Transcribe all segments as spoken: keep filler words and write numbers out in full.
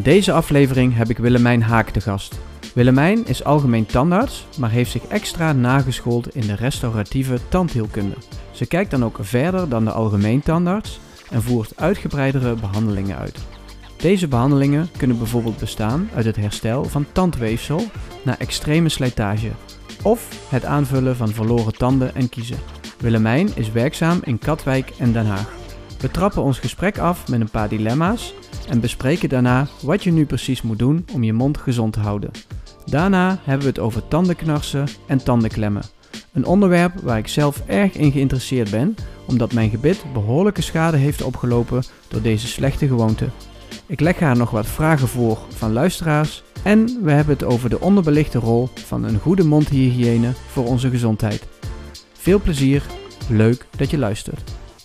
deze aflevering heb ik Willemijn Haak te gast. Willemijn is algemeen tandarts, maar heeft zich extra nageschoold in de restauratieve tandheelkunde. Ze kijkt dan ook verder dan de algemeen tandarts en voert uitgebreidere behandelingen uit. Deze behandelingen kunnen bijvoorbeeld bestaan uit het herstel van tandweefsel na extreme slijtage of het aanvullen van verloren tanden en kiezen. Willemijn is werkzaam in Katwijk en Den Haag. We trappen ons gesprek af met een paar dilemma's en bespreken daarna wat je nu precies moet doen om je mond gezond te houden. Daarna hebben we het over tandenknarsen en tandenklemmen. Een onderwerp waar ik zelf erg in geïnteresseerd ben, omdat mijn gebit behoorlijke schade heeft opgelopen door deze slechte gewoonte. Ik leg haar nog wat vragen voor van luisteraars en we hebben het over de onderbelichte rol van een goede mondhygiëne voor onze gezondheid. Veel plezier, leuk dat je luistert.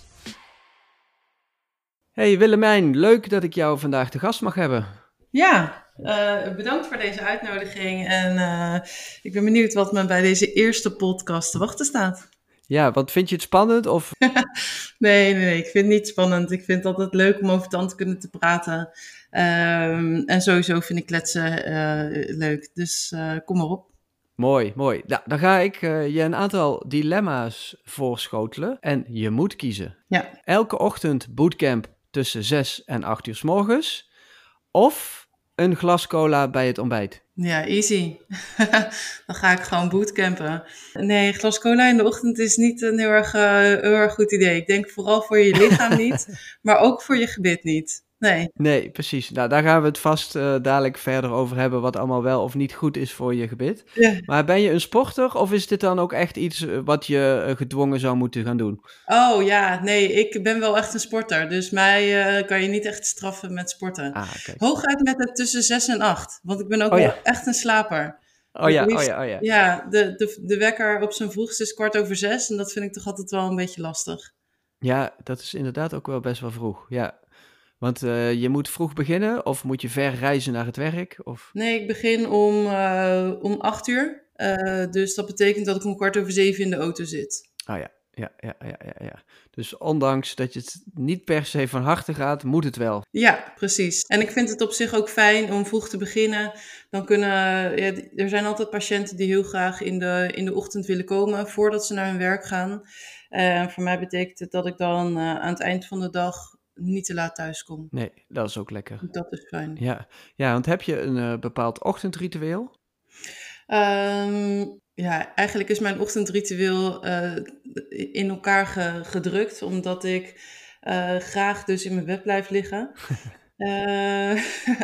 Hey Willemijn, leuk dat ik jou vandaag te gast mag hebben. Ja, uh, bedankt voor deze uitnodiging en uh, ik ben benieuwd wat me bij deze eerste podcast te wachten staat. Ja, wat vind je het spannend? Of? nee, nee, nee, ik vind het niet spannend. Ik vind het altijd leuk om over tandkunde te praten. Um, en sowieso vind ik kletsen uh, leuk, dus uh, kom maar op. Mooi, mooi. Nou, dan ga ik uh, je een aantal dilemma's voorschotelen en je moet kiezen. Ja. Elke ochtend bootcamp tussen zes en acht uur 's morgens of een glas cola bij het ontbijt. Ja, easy. Dan ga ik gewoon bootcampen. Nee, een glas cola in de ochtend is niet een heel erg, uh, heel erg goed idee. Ik denk vooral voor je lichaam niet, maar ook voor je gebit niet. Nee. Nee, precies. Nou, daar gaan we het vast uh, dadelijk verder over hebben wat allemaal wel of niet goed is voor je gebit. Ja. Maar ben je een sporter of is dit dan ook echt iets uh, wat je uh, gedwongen zou moeten gaan doen? Oh ja, nee, ik ben wel echt een sporter. Dus mij uh, kan je niet echt straffen met sporten. Ah, okay. Hooguit met het tussen zes en acht. Want ik ben ook oh, wel ja. echt een slaper. Oh ja, liefst, oh ja, oh ja. Ja, de, de, de wekker op zijn vroegst is kwart over zes. En dat vind ik toch altijd wel een beetje lastig. Ja, dat is inderdaad ook wel best wel vroeg, ja. Want uh, je moet vroeg beginnen of moet je ver reizen naar het werk? Of? Nee, ik begin om, uh, om acht uur. Uh, dus dat betekent dat ik om kwart over zeven in de auto zit. Oh ja, ja, ja, ja, ja, ja. Dus ondanks dat je het niet per se van harte gaat, moet het wel. Ja, precies. En ik vind het op zich ook fijn om vroeg te beginnen. Dan kunnen, ja, er zijn altijd patiënten die heel graag in de, in de ochtend willen komen voordat ze naar hun werk gaan. Uh, voor mij betekent het dat ik dan uh, aan het eind van de dag niet te laat thuis kom. Nee, dat is ook lekker. Dat is fijn. Ja, ja, want heb je een uh, bepaald ochtendritueel? Um, ja, eigenlijk is mijn ochtendritueel uh, in elkaar ge- gedrukt, omdat ik uh, graag dus in mijn bed blijf liggen. uh,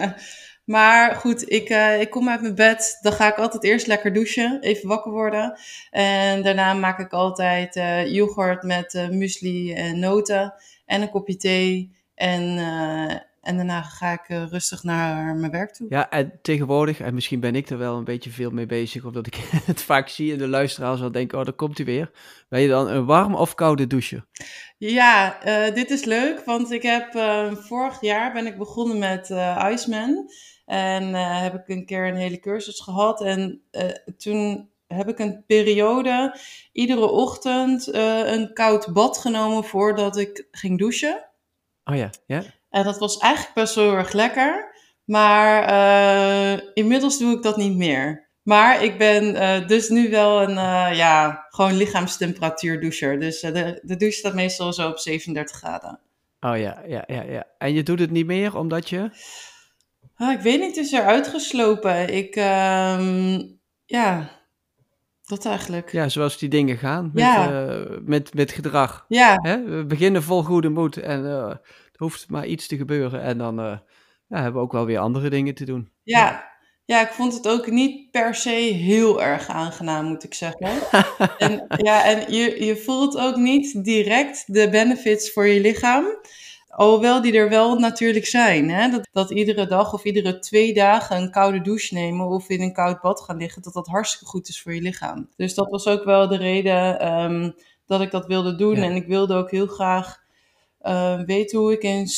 maar goed, ik, uh, ik kom uit mijn bed, dan ga ik altijd eerst lekker douchen, even wakker worden. En daarna maak ik altijd uh, yoghurt met uh, muesli en noten en een kopje thee en... Uh, En daarna ga ik uh, rustig naar mijn werk toe. Ja, en tegenwoordig, en misschien ben ik er wel een beetje veel mee bezig, omdat ik het vaak zie en de luisteraar zal denken, oh, daar komt hij weer. Ben je dan een warm of koude douche? Ja, uh, dit is leuk, want ik heb uh, vorig jaar ben ik begonnen met uh, Iceman. En uh, heb ik een keer een hele cursus gehad. En uh, toen heb ik een periode iedere ochtend uh, een koud bad genomen voordat ik ging douchen. Oh ja, ja. En dat was eigenlijk best wel heel erg lekker. Maar uh, inmiddels doe ik dat niet meer. Maar ik ben uh, dus nu wel een uh, ja, gewoon lichaamstemperatuur doucher. Dus uh, de, de douche staat meestal zo op zevenendertig graden. Oh ja, ja, ja, ja. En je doet het niet meer omdat je... Ah, ik weet niet, het is eruit geslopen. Ik, uh, ja, dat eigenlijk. Ja, zoals die dingen gaan met, ja. uh, met, met gedrag. Ja. Hè? We beginnen vol goede moed en uh, er hoeft maar iets te gebeuren. En dan uh, ja, hebben we ook wel weer andere dingen te doen. Ja. ja. Ja, ik vond het ook niet per se heel erg aangenaam, moet ik zeggen. en ja, en je, je voelt ook niet direct de benefits voor je lichaam. Alhoewel die er wel natuurlijk zijn. Hè? Dat, dat iedere dag of iedere twee dagen een koude douche nemen of in een koud bad gaan liggen, dat dat hartstikke goed is voor je lichaam. Dus dat was ook wel de reden um, dat ik dat wilde doen. Ja. En ik wilde ook heel graag uh, weten hoe ik in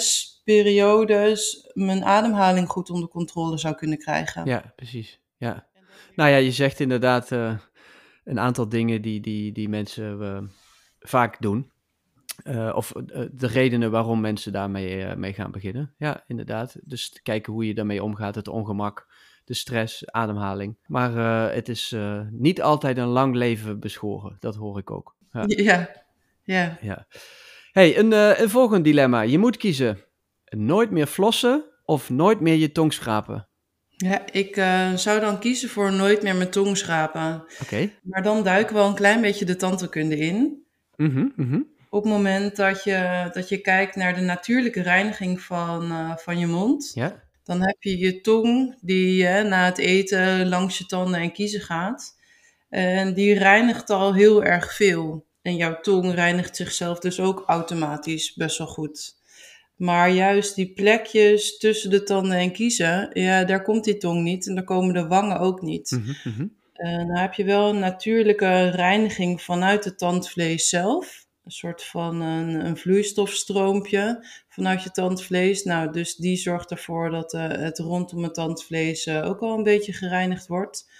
stressperiodes mijn ademhaling goed onder controle zou kunnen krijgen. Ja, precies. Ja. Nou ja, je zegt inderdaad uh, een aantal dingen die, die, die mensen uh, vaak doen. Uh, of uh, de redenen waarom mensen daarmee uh, mee gaan beginnen. Ja, inderdaad. Dus kijken hoe je daarmee omgaat, het ongemak, de stress, ademhaling. Maar uh, het is uh, niet altijd een lang leven beschoren. Dat hoor ik ook. Ja. Ja, ja. ja. Hey, een, uh, een volgend dilemma. Je moet kiezen. Nooit meer flossen of nooit meer je tong schrapen? Ja, ik uh, zou dan kiezen voor nooit meer mijn tong schrapen. Oké. Okay. Maar dan duiken we wel een klein beetje de tandheelkunde in. Mm-hmm, mm-hmm. Op het moment dat je, dat je kijkt naar de natuurlijke reiniging van, uh, van je mond, ja. dan heb je je tong die uh, na het eten langs je tanden en kiezen gaat. En die reinigt al heel erg veel. En jouw tong reinigt zichzelf dus ook automatisch best wel goed. Maar juist die plekjes tussen de tanden en kiezen, ja, daar komt die tong niet en daar komen de wangen ook niet. Mm-hmm, mm-hmm. En dan heb je wel een natuurlijke reiniging vanuit het tandvlees zelf. Een soort van een, een vloeistofstroompje vanuit je tandvlees. Nou, dus die zorgt ervoor dat uh, het rondom het tandvlees uh, ook al een beetje gereinigd wordt.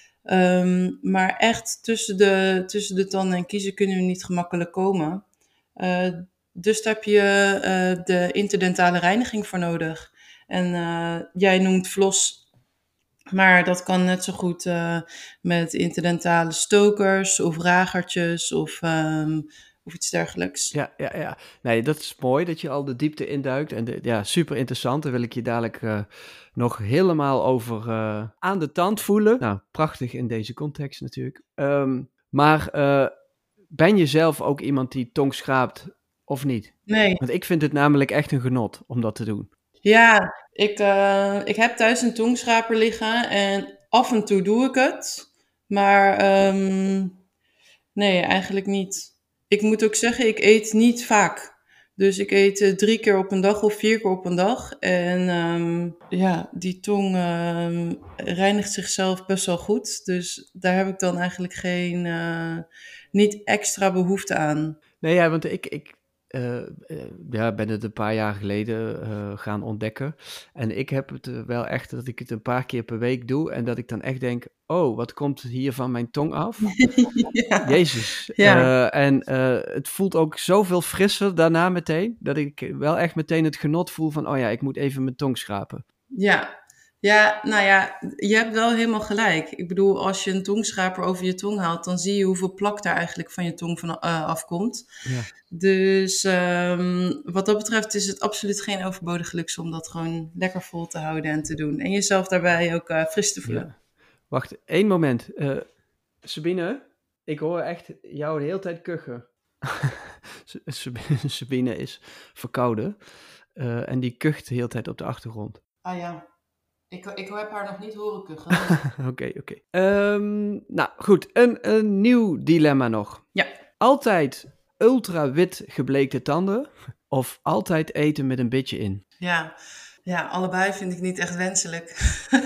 Um, maar echt tussen de, tussen de tanden en kiezen kunnen we niet gemakkelijk komen. Uh, dus daar heb je uh, de interdentale reiniging voor nodig. En uh, jij noemt flos, maar dat kan net zo goed uh, met interdentale stokers of ragertjes of, um, of iets dergelijks. Ja, ja, ja. Nee, dat is mooi dat je al de diepte induikt. En de, ja, super interessant. Daar wil ik je dadelijk uh, nog helemaal over uh, aan de tand voelen. Nou, prachtig in deze context natuurlijk. Um, maar uh, ben je zelf ook iemand die tong schraapt of niet? Nee. Want ik vind het namelijk echt een genot om dat te doen. Ja, ik, uh, ik heb thuis een tongschraper liggen en af en toe doe ik het. Maar um, nee, eigenlijk niet. Ik moet ook zeggen, ik eet niet vaak. Dus ik eet uh, drie keer op een dag of vier keer op een dag. En um, ja, die tong uh, reinigt zichzelf best wel goed. Dus daar heb ik dan eigenlijk geen, uh, niet extra behoefte aan. Nee, ja, want ik... ik... Uh, uh, ja, ben het een paar jaar geleden uh, gaan ontdekken. En ik heb het uh, wel echt dat ik het een paar keer per week doe. En dat ik dan echt denk, oh, wat komt hier van mijn tong af? ja. Jezus. Ja. Uh, en uh, het voelt ook zoveel frisser daarna meteen. Dat ik wel echt meteen het genot voel van, oh ja, ik moet even mijn tong schrapen. Ja. Ja, nou ja, je hebt wel helemaal gelijk. Ik bedoel, als je een tongschraper over je tong haalt, dan zie je hoeveel plak daar eigenlijk van je tong van uh, afkomt. Ja. Dus um, wat dat betreft is het absoluut geen overbodige luxe om dat gewoon lekker vol te houden en te doen. En jezelf daarbij ook uh, fris te voelen. Ja. Wacht, één moment. Uh, Sabine, ik hoor echt jou de hele tijd kuchen. Sabine is verkouden uh, en die kucht de hele tijd op de achtergrond. Ah ja. Ik, ik heb haar nog niet horen kuchen. Oké, oké. Okay. Um, nou, goed. Een, een nieuw dilemma nog. Ja. Altijd ultra wit gebleekte tanden of altijd eten met een bitje in? Ja, ja, allebei vind ik niet echt wenselijk.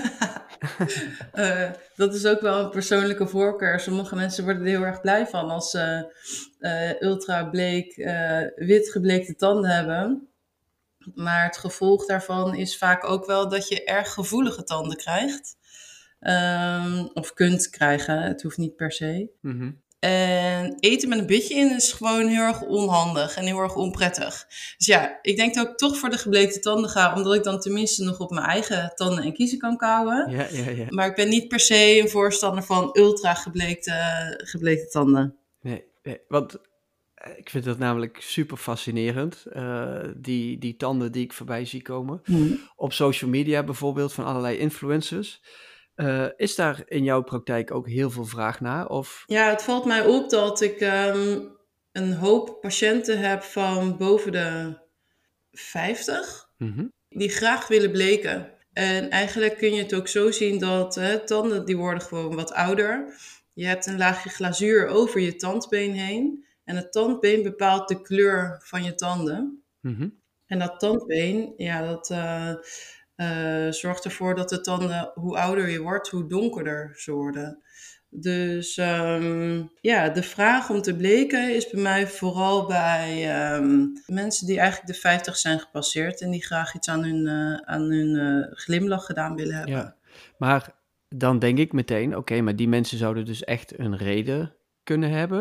uh, dat is ook wel een persoonlijke voorkeur. Sommige mensen worden er heel erg blij van als ze uh, uh, ultra bleek, uh, wit gebleekte tanden hebben. Maar het gevolg daarvan is vaak ook wel dat je erg gevoelige tanden krijgt. Um, of kunt krijgen, het hoeft niet per se. Mm-hmm. En eten met een bitje in is gewoon heel erg onhandig en heel erg onprettig. Dus ja, ik denk dat ik toch voor de gebleekte tanden ga, omdat ik dan tenminste nog op mijn eigen tanden en kiezen kan kauwen. Ja, ja, ja. Maar ik ben niet per se een voorstander van ultra gebleekte, gebleekte tanden. Nee, nee, want ik vind dat namelijk super fascinerend, uh, die, die tanden die ik voorbij zie komen. Mm. Op social media bijvoorbeeld van allerlei influencers. Uh, is daar in jouw praktijk ook heel veel vraag naar? Of? Ja, het valt mij op dat ik um, een hoop patiënten heb van boven de vijftig, mm-hmm. die graag willen bleken. En eigenlijk kun je het ook zo zien dat hè, tanden die worden gewoon wat ouder. Je hebt een laagje glazuur over je tandbeen heen. En het tandbeen bepaalt de kleur van je tanden. Mm-hmm. En dat tandbeen, ja, dat uh, uh, zorgt ervoor dat de tanden, hoe ouder je wordt, hoe donkerder ze worden. Dus um, ja, de vraag om te bleken is bij mij vooral bij um, mensen die eigenlijk de vijftig zijn gepasseerd en die graag iets aan hun, uh, aan hun uh, glimlach gedaan willen hebben. Ja, maar dan denk ik meteen, oké, okay, maar die mensen zouden dus echt een reden kunnen hebben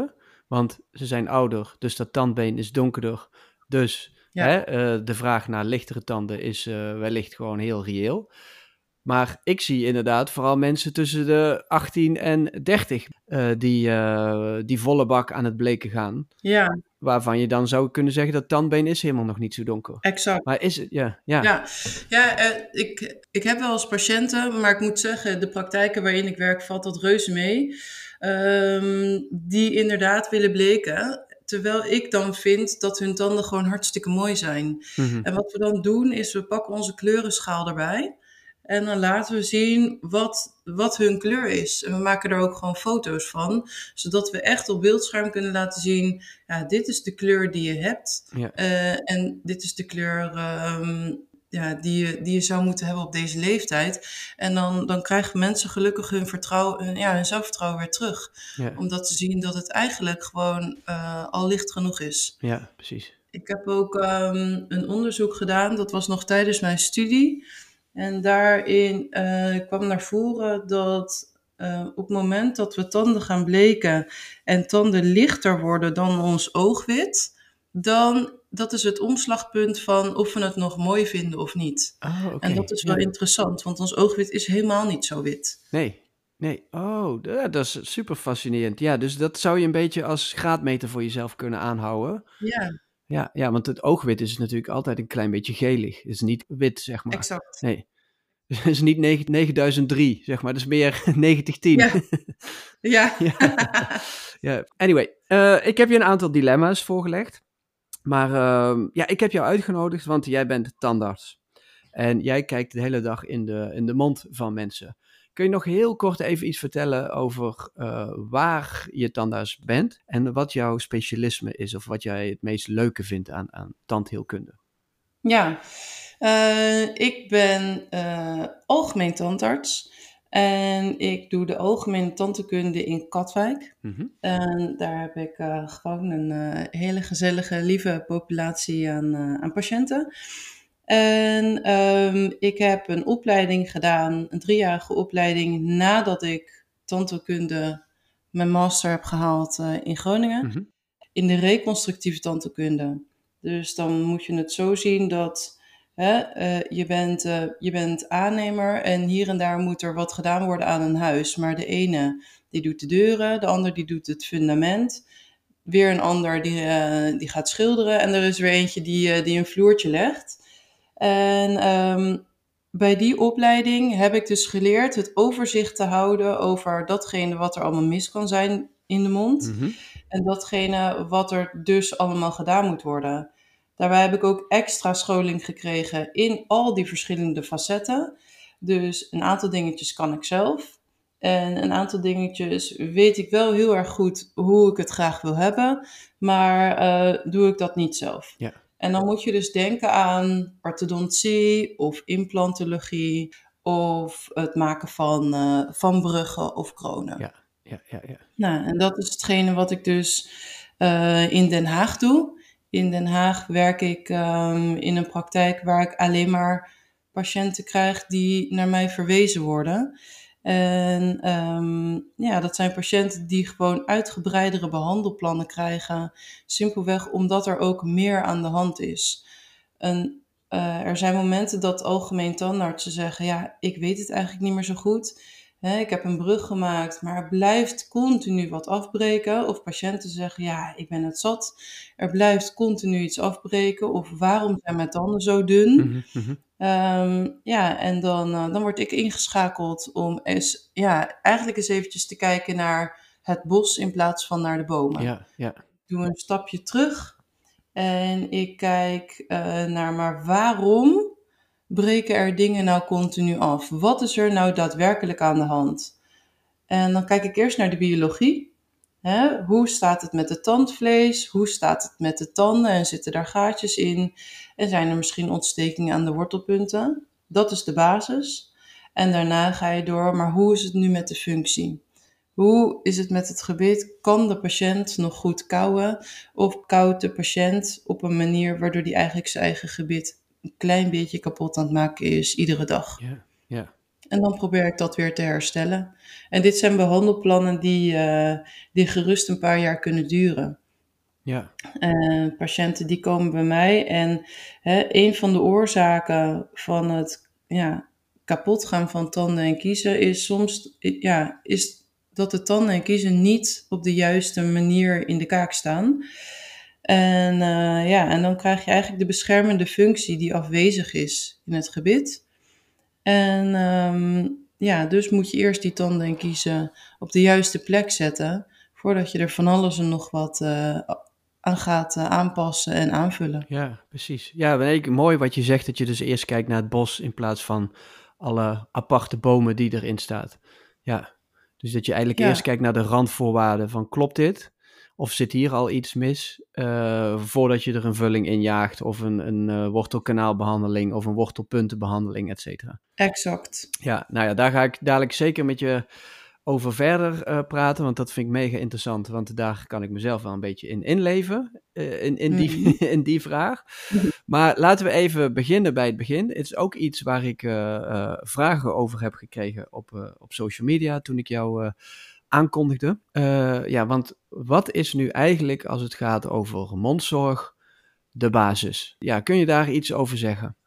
Want ze zijn ouder, dus dat tandbeen is donkerder. Dus Ja. hè, uh, de vraag naar lichtere tanden is uh, wellicht gewoon heel reëel. Maar ik zie inderdaad vooral mensen tussen de achttien en dertig uh, die, uh, die volle bak aan het bleken gaan. Ja. Waarvan je dan zou kunnen zeggen dat tandbeen is helemaal nog niet zo donker. Exact. Maar is het, ja. Ja, ja. ja uh, ik, ik heb wel eens patiënten, maar ik moet zeggen, de praktijken waarin ik werk valt dat reuze mee. Um, die inderdaad willen bleken. Terwijl ik dan vind dat hun tanden gewoon hartstikke mooi zijn. Mm-hmm. En wat we dan doen is we pakken onze kleurenschaal erbij. En dan laten we zien wat, wat hun kleur is. En we maken er ook gewoon foto's van. Zodat we echt op beeldscherm kunnen laten zien. Ja, dit is de kleur die je hebt. Ja. Uh, en dit is de kleur um, ja, die, je, die je zou moeten hebben op deze leeftijd. En dan, dan krijgen mensen gelukkig hun, vertrouwen, ja, hun zelfvertrouwen weer terug. Ja. Omdat ze zien dat het eigenlijk gewoon uh, al licht genoeg is. Ja, precies. Ik heb ook um, een onderzoek gedaan. Dat was nog tijdens mijn studie. En daarin uh, kwam naar voren dat uh, op het moment dat we tanden gaan bleken en tanden lichter worden dan ons oogwit, dan dat is het omslagpunt van of we het nog mooi vinden of niet. Oh, okay. En dat is wel ja. interessant, want ons oogwit is helemaal niet zo wit. Nee, nee. Oh, dat is super fascinerend. Ja, dus dat zou je een beetje als graadmeter voor jezelf kunnen aanhouden. Ja. Ja, ja, want het oogwit is natuurlijk altijd een klein beetje gelig. Het is niet wit, zeg maar. Exact. Nee. Het is niet negenduizend drie, zeg maar. Dat is meer negentig tien. Ja. Ja. ja. ja. Anyway, uh, ik heb je een aantal dilemma's voorgelegd. Maar uh, ja, ik heb jou uitgenodigd, want jij bent tandarts. En jij kijkt de hele dag in de, in de mond van mensen. Kun je nog heel kort even iets vertellen over uh, waar je tandarts bent en wat jouw specialisme is of wat jij het meest leuke vindt aan, aan tandheelkunde? Ja, uh, ik ben uh, algemeen tandarts en ik doe de algemene tandheelkunde in Katwijk. Mm-hmm. En daar heb ik uh, gewoon een uh, hele gezellige, lieve populatie aan, uh, aan patiënten. En um, ik heb een opleiding gedaan, een driejarige opleiding, nadat ik tandheelkunde mijn master heb gehaald uh, in Groningen, mm-hmm. in de reconstructieve tandheelkunde. Dus dan moet je het zo zien dat hè, uh, je, bent, uh, je bent aannemer en hier en daar moet er wat gedaan worden aan een huis. Maar de ene die doet de deuren, de ander die doet het fundament. Weer een ander die, uh, die gaat schilderen en er is weer eentje die, uh, die een vloertje legt. En um, bij die opleiding heb ik dus geleerd het overzicht te houden over datgene wat er allemaal mis kan zijn in de mond. Mm-hmm. En datgene wat er dus allemaal gedaan moet worden. Daarbij heb ik ook extra scholing gekregen in al die verschillende facetten. Dus een aantal dingetjes kan ik zelf. En een aantal dingetjes weet ik wel heel erg goed hoe ik het graag wil hebben. Maar uh, doe ik dat niet zelf. Ja. En dan moet je dus denken aan orthodontie of implantologie of het maken van, uh, van bruggen of kronen. Ja, ja, ja, ja. Nou, en dat is hetgene wat ik dus uh, in Den Haag doe. In Den Haag werk ik um, in een praktijk waar ik alleen maar patiënten krijg die naar mij verwezen worden. En um, ja, dat zijn patiënten die gewoon uitgebreidere behandelplannen krijgen. Simpelweg omdat er ook meer aan de hand is. En uh, er zijn momenten dat algemeen tandartsen zeggen, ja, ik weet het eigenlijk niet meer zo goed. He, ik heb een brug gemaakt, maar er blijft continu wat afbreken. Of patiënten zeggen, ja, ik ben het zat. Er blijft continu iets afbreken. Of waarom zijn mijn tanden zo dun? Mm-hmm, mm-hmm. Um, ja, en dan, uh, dan word ik ingeschakeld om eens, ja, eigenlijk eens eventjes te kijken naar het bos in plaats van naar de bomen. Ja, ja. Ik doe een stapje terug en ik kijk uh, naar, maar waarom breken er dingen nou continu af? Wat is er nou daadwerkelijk aan de hand? En dan kijk ik eerst naar de biologie. Hè? Hoe staat het met het tandvlees? Hoe staat het met de tanden? En zitten daar gaatjes in? En zijn er misschien ontstekingen aan de wortelpunten? Dat is de basis. En daarna ga je door, maar hoe is het nu met de functie? Hoe is het met het gebit? Kan de patiënt nog goed kauwen? Of kauwt de patiënt op een manier waardoor hij eigenlijk zijn eigen gebit een klein beetje kapot aan het maken is iedere dag? Ja, ja. En dan probeer ik dat weer te herstellen. En dit zijn behandelplannen die, uh, die gerust een paar jaar kunnen duren. Ja. Uh, patiënten die komen bij mij en hè, een van de oorzaken van het ja, kapotgaan van tanden en kiezen is soms ja, is dat de tanden en kiezen niet op de juiste manier in de kaak staan. En, uh, ja, en dan krijg je eigenlijk de beschermende functie die afwezig is in het gebit. En um, ja, dus moet je eerst die tanden en kiezen op de juiste plek zetten, voordat je er van alles en nog wat uh, aan gaat uh, aanpassen en aanvullen. Ja, precies. Ja, nee, mooi wat je zegt, dat je dus eerst kijkt naar het bos in plaats van alle aparte bomen die erin staan. Ja, dus dat je eigenlijk Ja. eerst kijkt naar de randvoorwaarden van klopt dit? Of zit hier al iets mis? Uh, voordat je er een vulling in jaagt of een, een uh, wortelkanaalbehandeling of een wortelpuntenbehandeling, et cetera. Exact. Ja, nou ja, daar ga ik dadelijk zeker met je over verder uh, praten, want dat vind ik mega interessant, want daar kan ik mezelf wel een beetje in inleven, uh, in, in, die, mm-hmm. in die vraag. Mm-hmm. Maar laten we even beginnen bij het begin. Het is ook iets waar ik uh, uh, vragen over heb gekregen op, uh, op social media toen ik jou uh, aankondigde. Uh, ja, want wat is nu eigenlijk, als het gaat over mondzorg, de basis? Ja, kun je daar iets over zeggen?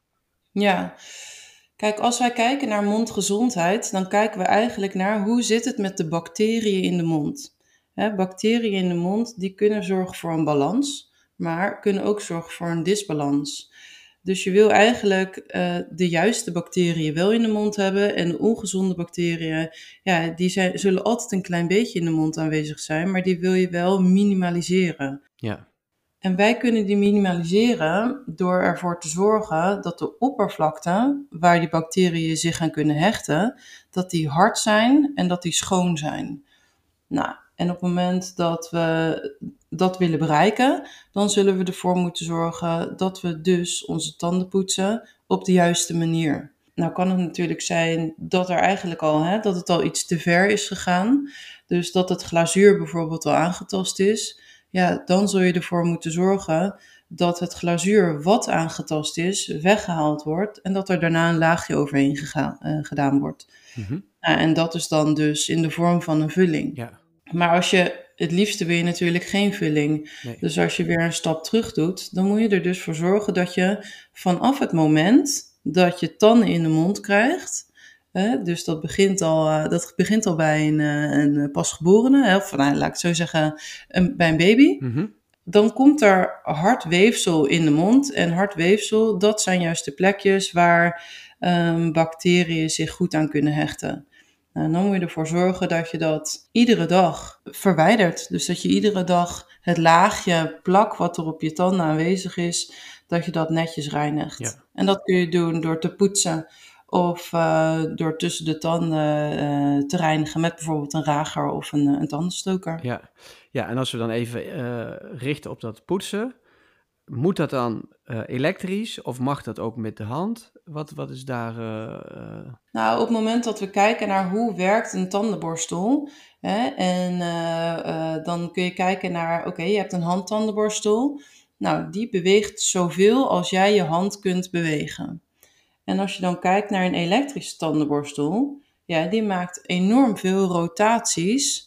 Ja, kijk, als wij kijken naar mondgezondheid, dan kijken we eigenlijk naar hoe zit het met de bacteriën in de mond. He, bacteriën in de mond, die kunnen zorgen voor een balans, maar kunnen ook zorgen voor een disbalans. Dus je wil eigenlijk uh, de juiste bacteriën wel in de mond hebben en de ongezonde bacteriën, ja, die zijn, zullen altijd een klein beetje in de mond aanwezig zijn, maar die wil je wel minimaliseren. Ja. En wij kunnen die minimaliseren door ervoor te zorgen dat de oppervlakte waar die bacteriën zich aan kunnen hechten, dat die hard zijn en dat die schoon zijn. Nou, en op het moment dat we dat willen bereiken, dan zullen we ervoor moeten zorgen dat we dus onze tanden poetsen op de juiste manier. Nou kan het natuurlijk zijn dat er eigenlijk al, hè, dat het al iets te ver is gegaan. Dus dat het glazuur bijvoorbeeld al aangetast is. Ja, dan zul je ervoor moeten zorgen dat het glazuur wat aangetast is, weggehaald wordt. En dat er daarna een laagje overheen gegaan, uh, gedaan wordt. Mm-hmm. Uh, en dat is dan dus in de vorm van een vulling. Ja. Maar als je, het liefste wil je natuurlijk geen vulling. Nee. Dus als je weer een stap terug doet, dan moet je er dus voor zorgen dat je vanaf het moment dat je tanden in de mond krijgt, uh, dus dat begint al, uh, dat begint al bij een, uh, een pasgeborene, of nou, laat ik het zo zeggen, een, bij een baby. Mm-hmm. Dan komt er hard weefsel in de mond. En hard weefsel, dat zijn juist de plekjes waar um, bacteriën zich goed aan kunnen hechten. Nou, dan moet je ervoor zorgen dat je dat iedere dag verwijdert. Dus dat je iedere dag het laagje plak wat er op je tanden aanwezig is, dat je dat netjes reinigt. Ja. En dat kun je doen door te poetsen of uh, door tussen de tanden uh, te reinigen met bijvoorbeeld een rager of een, een tandenstoker. Ja. Ja, en als we dan even uh, richten op dat poetsen, moet dat dan uh, elektrisch of mag dat ook met de hand? Wat, wat is daar... Uh, uh... Nou, op het moment dat we kijken naar hoe werkt een tandenborstel, hè, en uh, uh, dan kun je kijken naar, oké, okay, je hebt een handtandenborstel. Nou, die beweegt zoveel als jij je hand kunt bewegen. En als je dan kijkt naar een elektrische tandenborstel, ja, die maakt enorm veel rotaties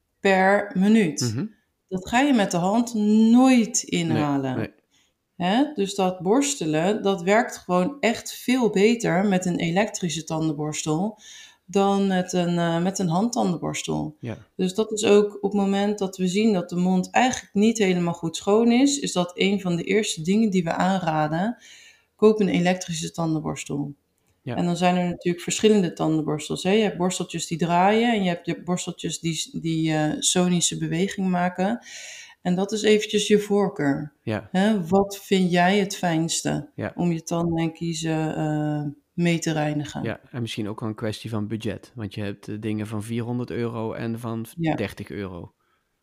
per minuut. Mm-hmm. Dat ga je met de hand nooit inhalen. Nee, nee. Hè? Dus dat borstelen, dat werkt gewoon echt veel beter met een elektrische tandenborstel dan met een, uh, met een handtandenborstel. Ja. Dus dat is ook op het moment dat we zien dat de mond eigenlijk niet helemaal goed schoon is, is dat een van de eerste dingen die we aanraden. Koop een elektrische tandenborstel. Ja. En dan zijn er natuurlijk verschillende tandenborstels. Hè? Je hebt borsteltjes die draaien en je hebt je borsteltjes die, die uh, sonische beweging maken. En dat is eventjes je voorkeur. Ja. Hè? Wat vind jij het fijnste ja. om je tanden en kiezen uh, mee te reinigen? Ja, en misschien ook wel een kwestie van budget. Want je hebt uh, dingen van vierhonderd euro en van ja. dertig euro.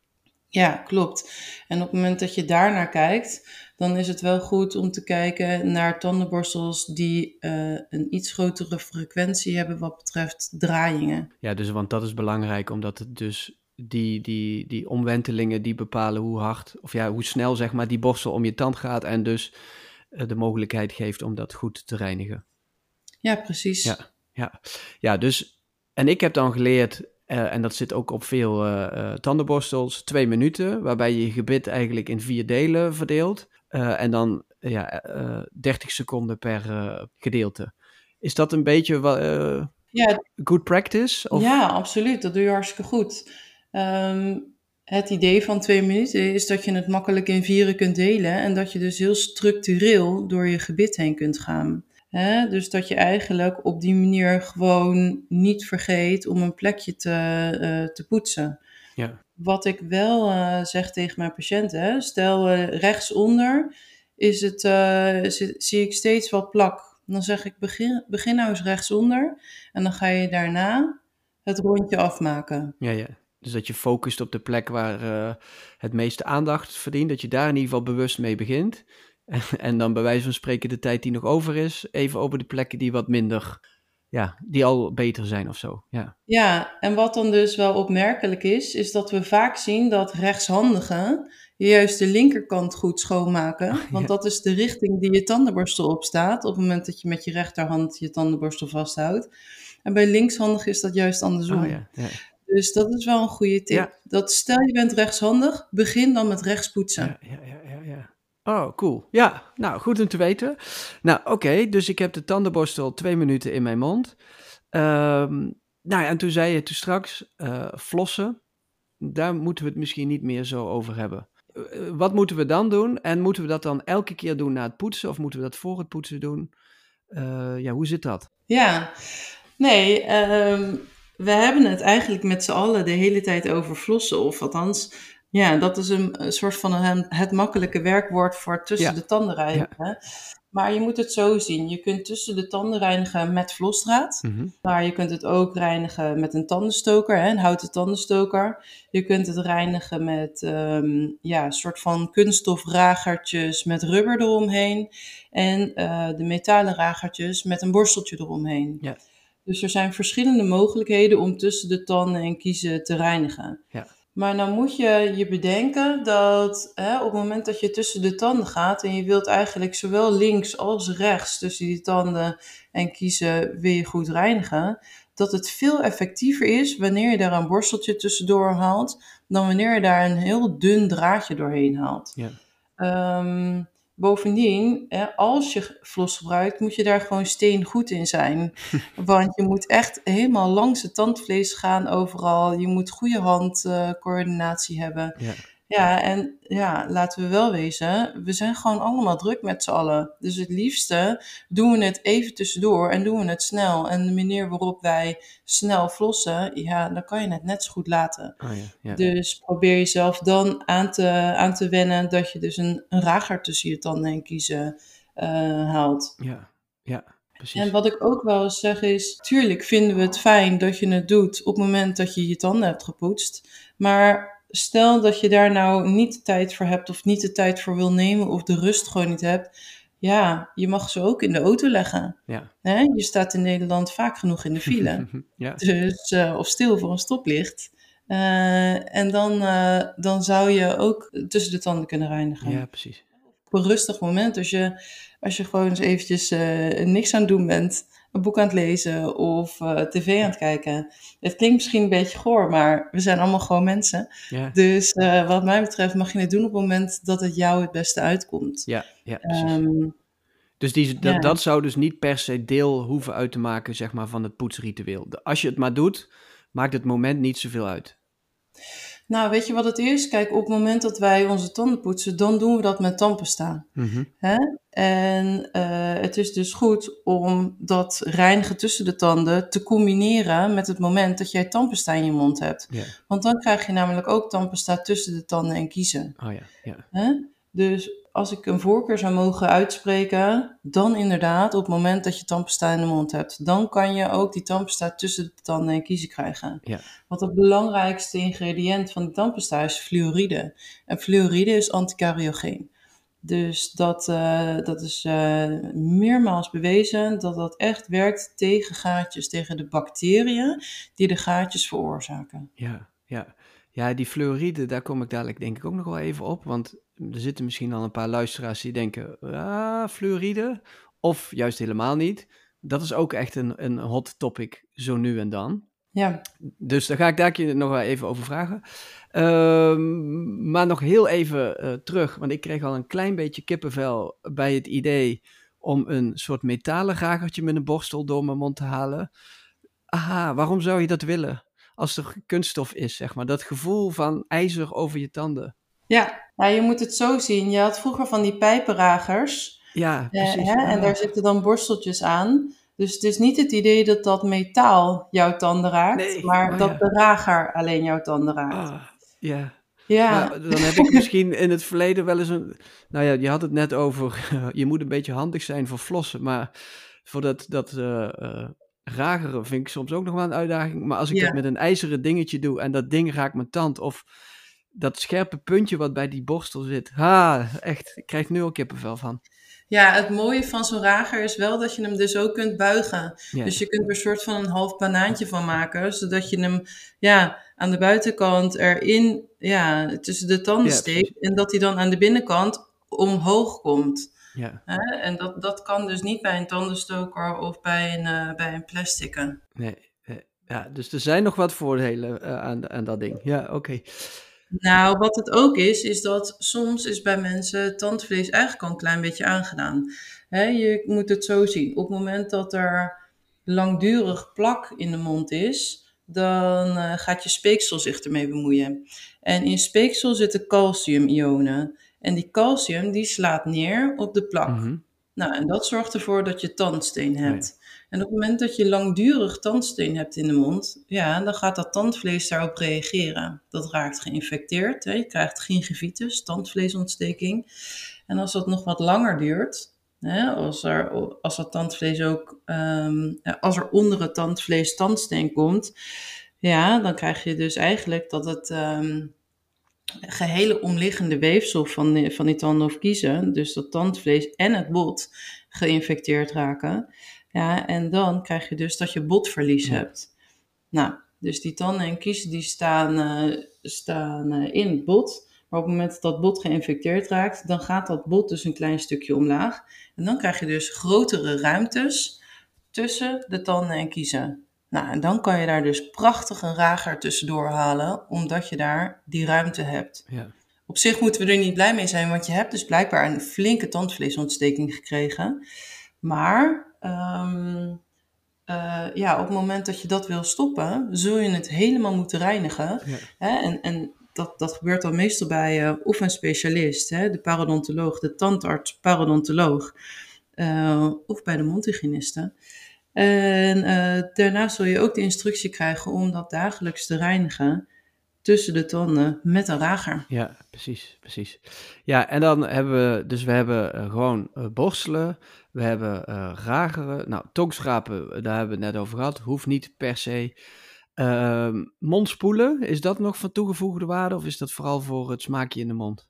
Ja, klopt. En op het moment dat je daarnaar kijkt, dan is het wel goed om te kijken naar tandenborstels die uh, een iets grotere frequentie hebben wat betreft draaiingen. Ja, dus want dat is belangrijk, omdat het dus die, die, die omwentelingen die bepalen hoe hard, of ja, hoe snel zeg maar die borstel om je tand gaat en dus uh, de mogelijkheid geeft om dat goed te reinigen. Ja, precies. Ja. ja. Ja, dus... En ik heb dan geleerd, uh, en dat zit ook op veel uh, uh, tandenborstels, twee minuten, waarbij je je gebit eigenlijk in vier delen verdeelt. Uh, en dan ja, uh, dertig seconden per uh, gedeelte. Is dat een beetje uh, ja, good practice? Of? Ja, absoluut. Dat doe je hartstikke goed. Um, het idee van twee minuten is dat je het makkelijk in vieren kunt delen en dat je dus heel structureel door je gebit heen kunt gaan. He, dus dat je eigenlijk op die manier gewoon niet vergeet om een plekje te, uh, te poetsen. Ja. Wat ik wel uh, zeg tegen mijn patiënten, hè, stel uh, rechtsonder is het, uh, zie ik steeds wat plak. Dan zeg ik, begin, begin nou eens rechtsonder en dan ga je daarna het rondje afmaken. Ja, ja. Dus dat je focust op de plek waar uh, het meeste aandacht verdient, dat je daar in ieder geval bewust mee begint. En, en dan bij wijze van spreken de tijd die nog over is, even over de plekken die wat minder, ja, die al beter zijn of zo. Ja. Ja, en wat dan dus wel opmerkelijk is, is dat we vaak zien dat rechtshandigen juist de linkerkant goed schoonmaken. Ja. Want dat is de richting die je tandenborstel op staat, op het moment dat je met je rechterhand je tandenborstel vasthoudt. En bij linkshandigen is dat juist andersom. Oh, ja, ja. Dus dat is wel een goede tip. Ja. Dat stel je bent rechtshandig, begin dan met rechts poetsen. Ja, ja, ja, ja, ja. Oh, cool. Ja, nou, goed om te weten. Nou, oké, okay, dus ik heb de tandenborstel twee minuten in mijn mond. Um, nou ja, en toen zei je toen straks, uh, flossen, daar moeten we het misschien niet meer zo over hebben. Uh, wat moeten we dan doen? En moeten we dat dan elke keer doen na het poetsen? Of moeten we dat voor het poetsen doen? Uh, ja, hoe zit dat? Ja, nee, um, we hebben het eigenlijk met z'n allen de hele tijd over flossen. Of althans, ja, dat is een, een soort van een, het makkelijke werkwoord voor tussen ja. de tanden reinigen. Ja. Maar je moet het zo zien. Je kunt tussen de tanden reinigen met vlosdraad. Mm-hmm. Maar je kunt het ook reinigen met een tandenstoker, hè, een houten tandenstoker. Je kunt het reinigen met um, ja, een soort van kunststof ragertjes met rubber eromheen. En uh, de metalen ragertjes met een borsteltje eromheen. Ja. Dus er zijn verschillende mogelijkheden om tussen de tanden en kiezen te reinigen. Ja. Maar nou moet je je bedenken dat hè, op het moment dat je tussen de tanden gaat en je wilt eigenlijk zowel links als rechts tussen die tanden en kiezen wil je goed reinigen, dat het veel effectiever is wanneer je daar een borsteltje tussendoor haalt dan wanneer je daar een heel dun draadje doorheen haalt. Ja. Um, Bovendien, hè, als je floss gebruikt, moet je daar gewoon steengoed in zijn. Want je moet echt helemaal langs het tandvlees gaan overal. Je moet goede handcoördinatie uh, hebben. Ja. ja, en ja, laten we wel wezen, we zijn gewoon allemaal druk met z'n allen. Dus het liefste doen we het even tussendoor en doen we het snel. En de manier waarop wij snel flossen, ja, dan kan je het net zo goed laten. Oh ja, ja. Dus probeer jezelf dan aan te, aan te wennen dat je dus een, een rager tussen je tanden en kiezen uh, haalt. Ja, ja. Precies. En wat ik ook wel eens zeg is, tuurlijk vinden we het fijn dat je het doet op het moment dat je je tanden hebt gepoetst. Maar stel dat je daar nou niet de tijd voor hebt of niet de tijd voor wil nemen of de rust gewoon niet hebt. Ja, je mag ze ook in de auto leggen. Ja. Hè? Je staat in Nederland vaak genoeg in de file. Ja. Dus, uh, of stil voor een stoplicht. Uh, en dan, uh, dan zou je ook tussen de tanden kunnen reinigen. Ja, precies. Op een rustig moment, als je, als je gewoon eens eventjes uh, niks aan het doen bent, een boek aan het lezen of uh, tv aan het kijken. Het klinkt misschien een beetje goor, maar we zijn allemaal gewoon mensen. Ja. Dus uh, wat mij betreft mag je het doen op het moment dat het jou het beste uitkomt. Ja, ja precies. Um, dus die, dat, ja. dat zou dus niet per se deel hoeven uit te maken, zeg maar, van het poetsritueel. Als je het maar doet, maakt het moment niet zoveel uit. Nou, weet je wat het is? Kijk, op het moment dat wij onze tanden poetsen, dan doen we dat met tandpasta. Mm-hmm. Hè? En uh, het is dus goed om dat reinigen tussen de tanden te combineren met het moment dat jij tandpasta in je mond hebt. Yeah. Want dan krijg je namelijk ook tandpasta tussen de tanden en kiezen. Oh ja, ja. Hè? Dus als ik een voorkeur zou mogen uitspreken, dan inderdaad op het moment dat je tandpasta in de mond hebt, dan kan je ook die tandpasta tussen de tanden en kiezen krijgen. Ja. Want het belangrijkste ingrediënt van de tandpasta is fluoride. En fluoride is anticariogeen. Dus dat, uh, dat is uh, meermaals bewezen dat dat echt werkt tegen gaatjes, tegen de bacteriën die de gaatjes veroorzaken. Ja, ja. Ja, die fluoride, daar kom ik dadelijk denk ik ook nog wel even op, want er zitten misschien al een paar luisteraars die denken, ah, fluoride, of juist helemaal niet. dat is ook echt een, een hot topic, zo nu en dan. Ja. Dus daar ga ik daar je nog wel even over vragen. Um, maar nog heel even uh, terug, want ik kreeg al een klein beetje kippenvel bij het idee om een soort metalen ragertje met een borstel door mijn mond te halen. Aha, waarom zou je dat willen? Als er kunststof is, zeg maar. Dat gevoel van ijzer over je tanden. Ja, nou, je moet het zo zien. Je had vroeger van die pijpenragers. Ja, precies. Eh, hè? En daar zitten dan borsteltjes aan. Dus het is niet het idee dat dat metaal jouw tanden raakt, nee, maar oh, dat ja. de rager alleen jouw tanden raakt. Ah, ja. Ja. Maar dan heb ik misschien in het verleden wel eens een... Nou ja, je had het net over... je moet een beetje handig zijn voor flossen, maar voor dat... dat uh, uh, rageren vind ik soms ook nog wel een uitdaging. Maar als ik Ja. dat met een ijzeren dingetje doe en dat ding raakt mijn tand, of dat scherpe puntje wat bij die borstel zit. Ha, echt, ik krijg nu al kippenvel van. Ja, het mooie van zo'n rager is wel dat je hem dus ook kunt buigen. Ja. Dus je kunt er een soort van een half banaantje van maken, zodat je hem ja, aan de buitenkant erin, ja, tussen de tanden Ja, steekt. precies. En dat hij dan aan de binnenkant omhoog komt. Ja. Hè? En dat, dat kan dus niet bij een tandenstoker of bij een, uh, bij een plasticen. Nee, nee, ja, dus er zijn nog wat voordelen uh, aan, aan dat ding. Ja, oké. Okay. Nou, wat het ook is, is dat soms is bij mensen tandvlees eigenlijk al een klein beetje aangedaan. Hè, je moet het zo zien. Op het moment dat er langdurig plak in de mond is, dan uh, gaat je speeksel zich ermee bemoeien. En in speeksel zitten calciumionen. En die calcium die slaat neer op de plak. Mm-hmm. Nou, en dat zorgt ervoor dat je tandsteen hebt. Nee. En op het moment dat je langdurig tandsteen hebt in de mond, ja, dan gaat dat tandvlees daarop reageren. Dat raakt geïnfecteerd, hè? Je krijgt gingivitis, tandvleesontsteking. En als dat nog wat langer duurt, hè, als, er, als dat tandvlees ook, um, als er onder het tandvlees tandsteen komt, ja, dan krijg je dus eigenlijk dat het um, gehele omliggende weefsel van, die, van die tanden of kiezen, dus dat tandvlees en het bot, geïnfecteerd raken. Ja, en dan krijg je dus dat je botverlies ja. hebt. Nou, dus die tanden en kiezen die staan, uh, staan uh, in het bot. Maar op het moment dat dat bot geïnfecteerd raakt, dan gaat dat bot dus een klein stukje omlaag. En dan krijg je dus grotere ruimtes tussen de tanden en kiezen. Nou, en dan kan je daar dus prachtig een rager tussendoor halen, omdat je daar die ruimte hebt. Ja. Op zich moeten we er niet blij mee zijn, want je hebt dus blijkbaar een flinke tandvleesontsteking gekregen. Maar um, uh, ja, op het moment dat je dat wil stoppen, zul je het helemaal moeten reinigen. Ja. Hè? En, en dat, dat gebeurt dan meestal bij uh, of een specialist, hè? De parodontoloog, de tandarts, parodontoloog, uh, of bij de mondhygiëniste. En uh, daarna zul je ook de instructie krijgen om dat dagelijks te reinigen tussen de tanden met een rager. Ja, precies, precies. Ja, en dan hebben we, dus we hebben uh, gewoon uh, borstelen, we hebben uh, rageren, nou, tongschrapen, daar hebben we het net over gehad, hoeft niet per se. Uh, mondspoelen, is dat nog van toegevoegde waarde of is dat vooral voor het smaakje in de mond?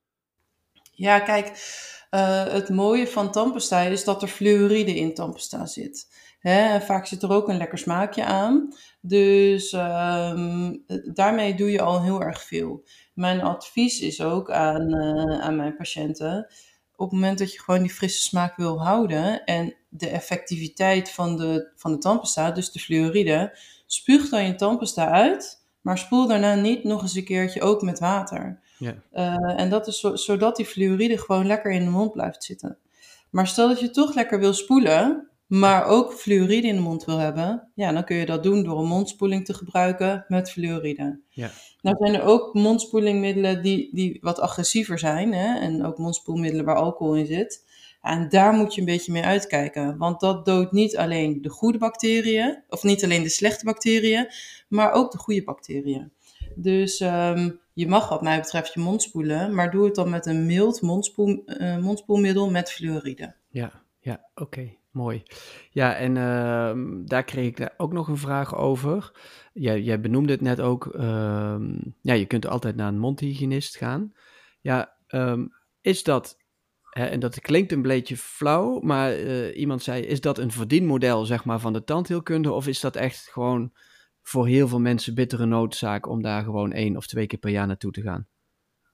Ja, kijk, uh, het mooie van tandpasta is dat er fluoride in tandpasta zit. Hè, en vaak zit er ook een lekker smaakje aan. Dus um, daarmee doe je al heel erg veel. Mijn advies is ook aan, uh, aan mijn patiënten, op het moment dat je gewoon die frisse smaak wil houden en de effectiviteit van de, van de tandpasta, dus de fluoride, spuug dan je tandpasta uit, maar spoel daarna niet nog eens een keertje ook met water. Ja. Uh, en dat is zo, zodat die fluoride gewoon lekker in de mond blijft zitten. Maar stel dat je toch lekker wil spoelen, maar ook fluoride in de mond wil hebben, ja, dan kun je dat doen door een mondspoeling te gebruiken met fluoride. Ja. Nou zijn er ook mondspoelingmiddelen die, die wat agressiever zijn, hè? En ook mondspoelmiddelen waar alcohol in zit. En daar moet je een beetje mee uitkijken, want dat doodt niet alleen de goede bacteriën, of niet alleen de slechte bacteriën, maar ook de goede bacteriën. Dus um, je mag wat mij betreft je mond spoelen, maar doe het dan met een mild mondspoel, uh, mondspoelmiddel met fluoride. Ja, ja, oké, okay, mooi. Ja, en uh, daar kreeg ik ook nog een vraag over. Jij, jij benoemde het net ook, uh, ja, je kunt altijd naar een mondhygiënist gaan. Ja, um, is dat, hè, en dat klinkt een beetje flauw, maar uh, iemand zei, is dat een verdienmodel, zeg maar, van de tandheelkunde, of is dat echt gewoon voor heel veel mensen bittere noodzaak om daar gewoon één of twee keer per jaar naartoe te gaan?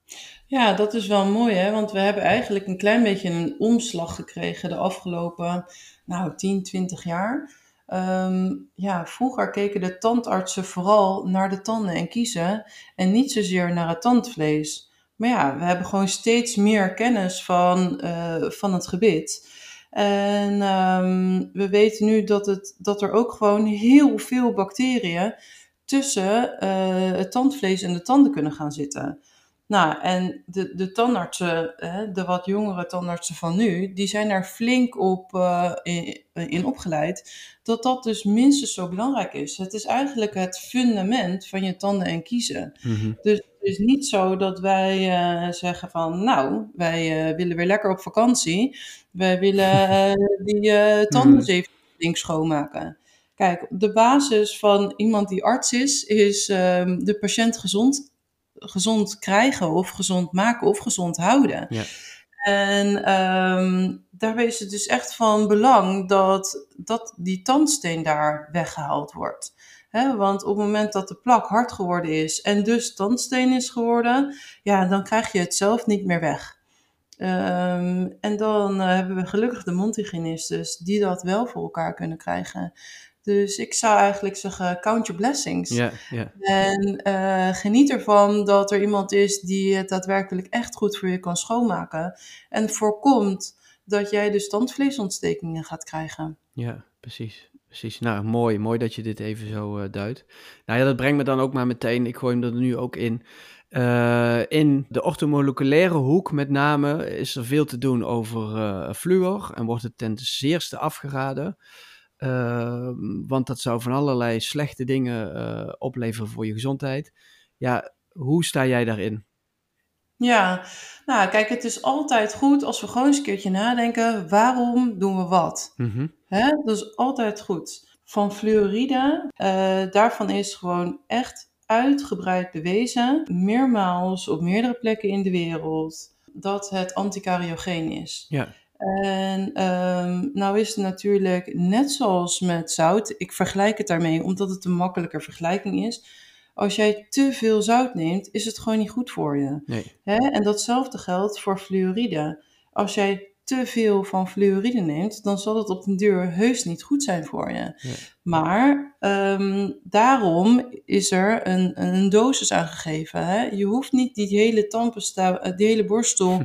Ja, dat is wel mooi, hè? Want we hebben eigenlijk een klein beetje een omslag gekregen de afgelopen, nou, tien, twintig jaar. Ehm, ja, vroeger keken de tandartsen vooral naar de tanden en kiezen en niet zozeer naar het tandvlees. Maar ja, we hebben gewoon steeds meer kennis van, eh, van het gebit. En ehm, we weten nu dat, het, dat er ook gewoon heel veel bacteriën tussen eh, het tandvlees en de tanden kunnen gaan zitten. Nou, en de, de tandartsen, hè, de wat jongere tandartsen van nu, die zijn daar flink op uh, in, in opgeleid, dat dat dus minstens zo belangrijk is. Het is eigenlijk het fundament van je tanden en kiezen. Mm-hmm. Dus het is niet zo dat wij uh, zeggen van, nou, wij uh, willen weer lekker op vakantie. Wij willen uh, die uh, tanden eens even flink schoonmaken. Kijk, de basis van iemand die arts is, is uh, de patiënt gezond gezond krijgen of gezond maken of gezond houden. Ja. En um, daarbij is het dus echt van belang dat, dat die tandsteen daar weggehaald wordt. He, want op het moment dat de plak hard geworden is en dus tandsteen is geworden, ja, dan krijg je het zelf niet meer weg. Um, en dan uh, hebben we gelukkig de mondhygiënistes die dat wel voor elkaar kunnen krijgen. Dus ik zou eigenlijk zeggen, count your blessings. Ja, ja. En uh, geniet ervan dat er iemand is die het daadwerkelijk echt goed voor je kan schoonmaken. En voorkomt dat jij dus tandvleesontstekingen gaat krijgen. Ja, precies. Precies. Nou, mooi. Mooi dat je dit even zo uh, duidt. Nou ja, dat brengt me dan ook maar meteen, ik gooi hem er nu ook in. Uh, in de orthomoleculaire hoek met name is er veel te doen over uh, fluor en wordt het ten zeerste afgeraden. Uh, want dat zou van allerlei slechte dingen uh, opleveren voor je gezondheid. Ja, hoe sta jij daarin? Ja, nou kijk, het is altijd goed als we gewoon eens een keertje nadenken, waarom doen we wat? Mm-hmm. Hè? Dat is altijd goed. Van fluoride, uh, daarvan is gewoon echt uitgebreid bewezen, meermaals op meerdere plekken in de wereld, dat het anticariogeen is. Ja. En um, nou is het natuurlijk net zoals met zout, ik vergelijk het daarmee omdat het een makkelijker vergelijking is. Als jij te veel zout neemt, is het gewoon niet goed voor je. Nee. Hè? En datzelfde geldt voor fluoride. Als jij te veel van fluoride neemt, dan zal het op den duur heus niet goed zijn voor je. Ja. Maar um, daarom is er een, een dosis aangegeven. Hè? Je hoeft niet die hele tandpasta, die hele borstel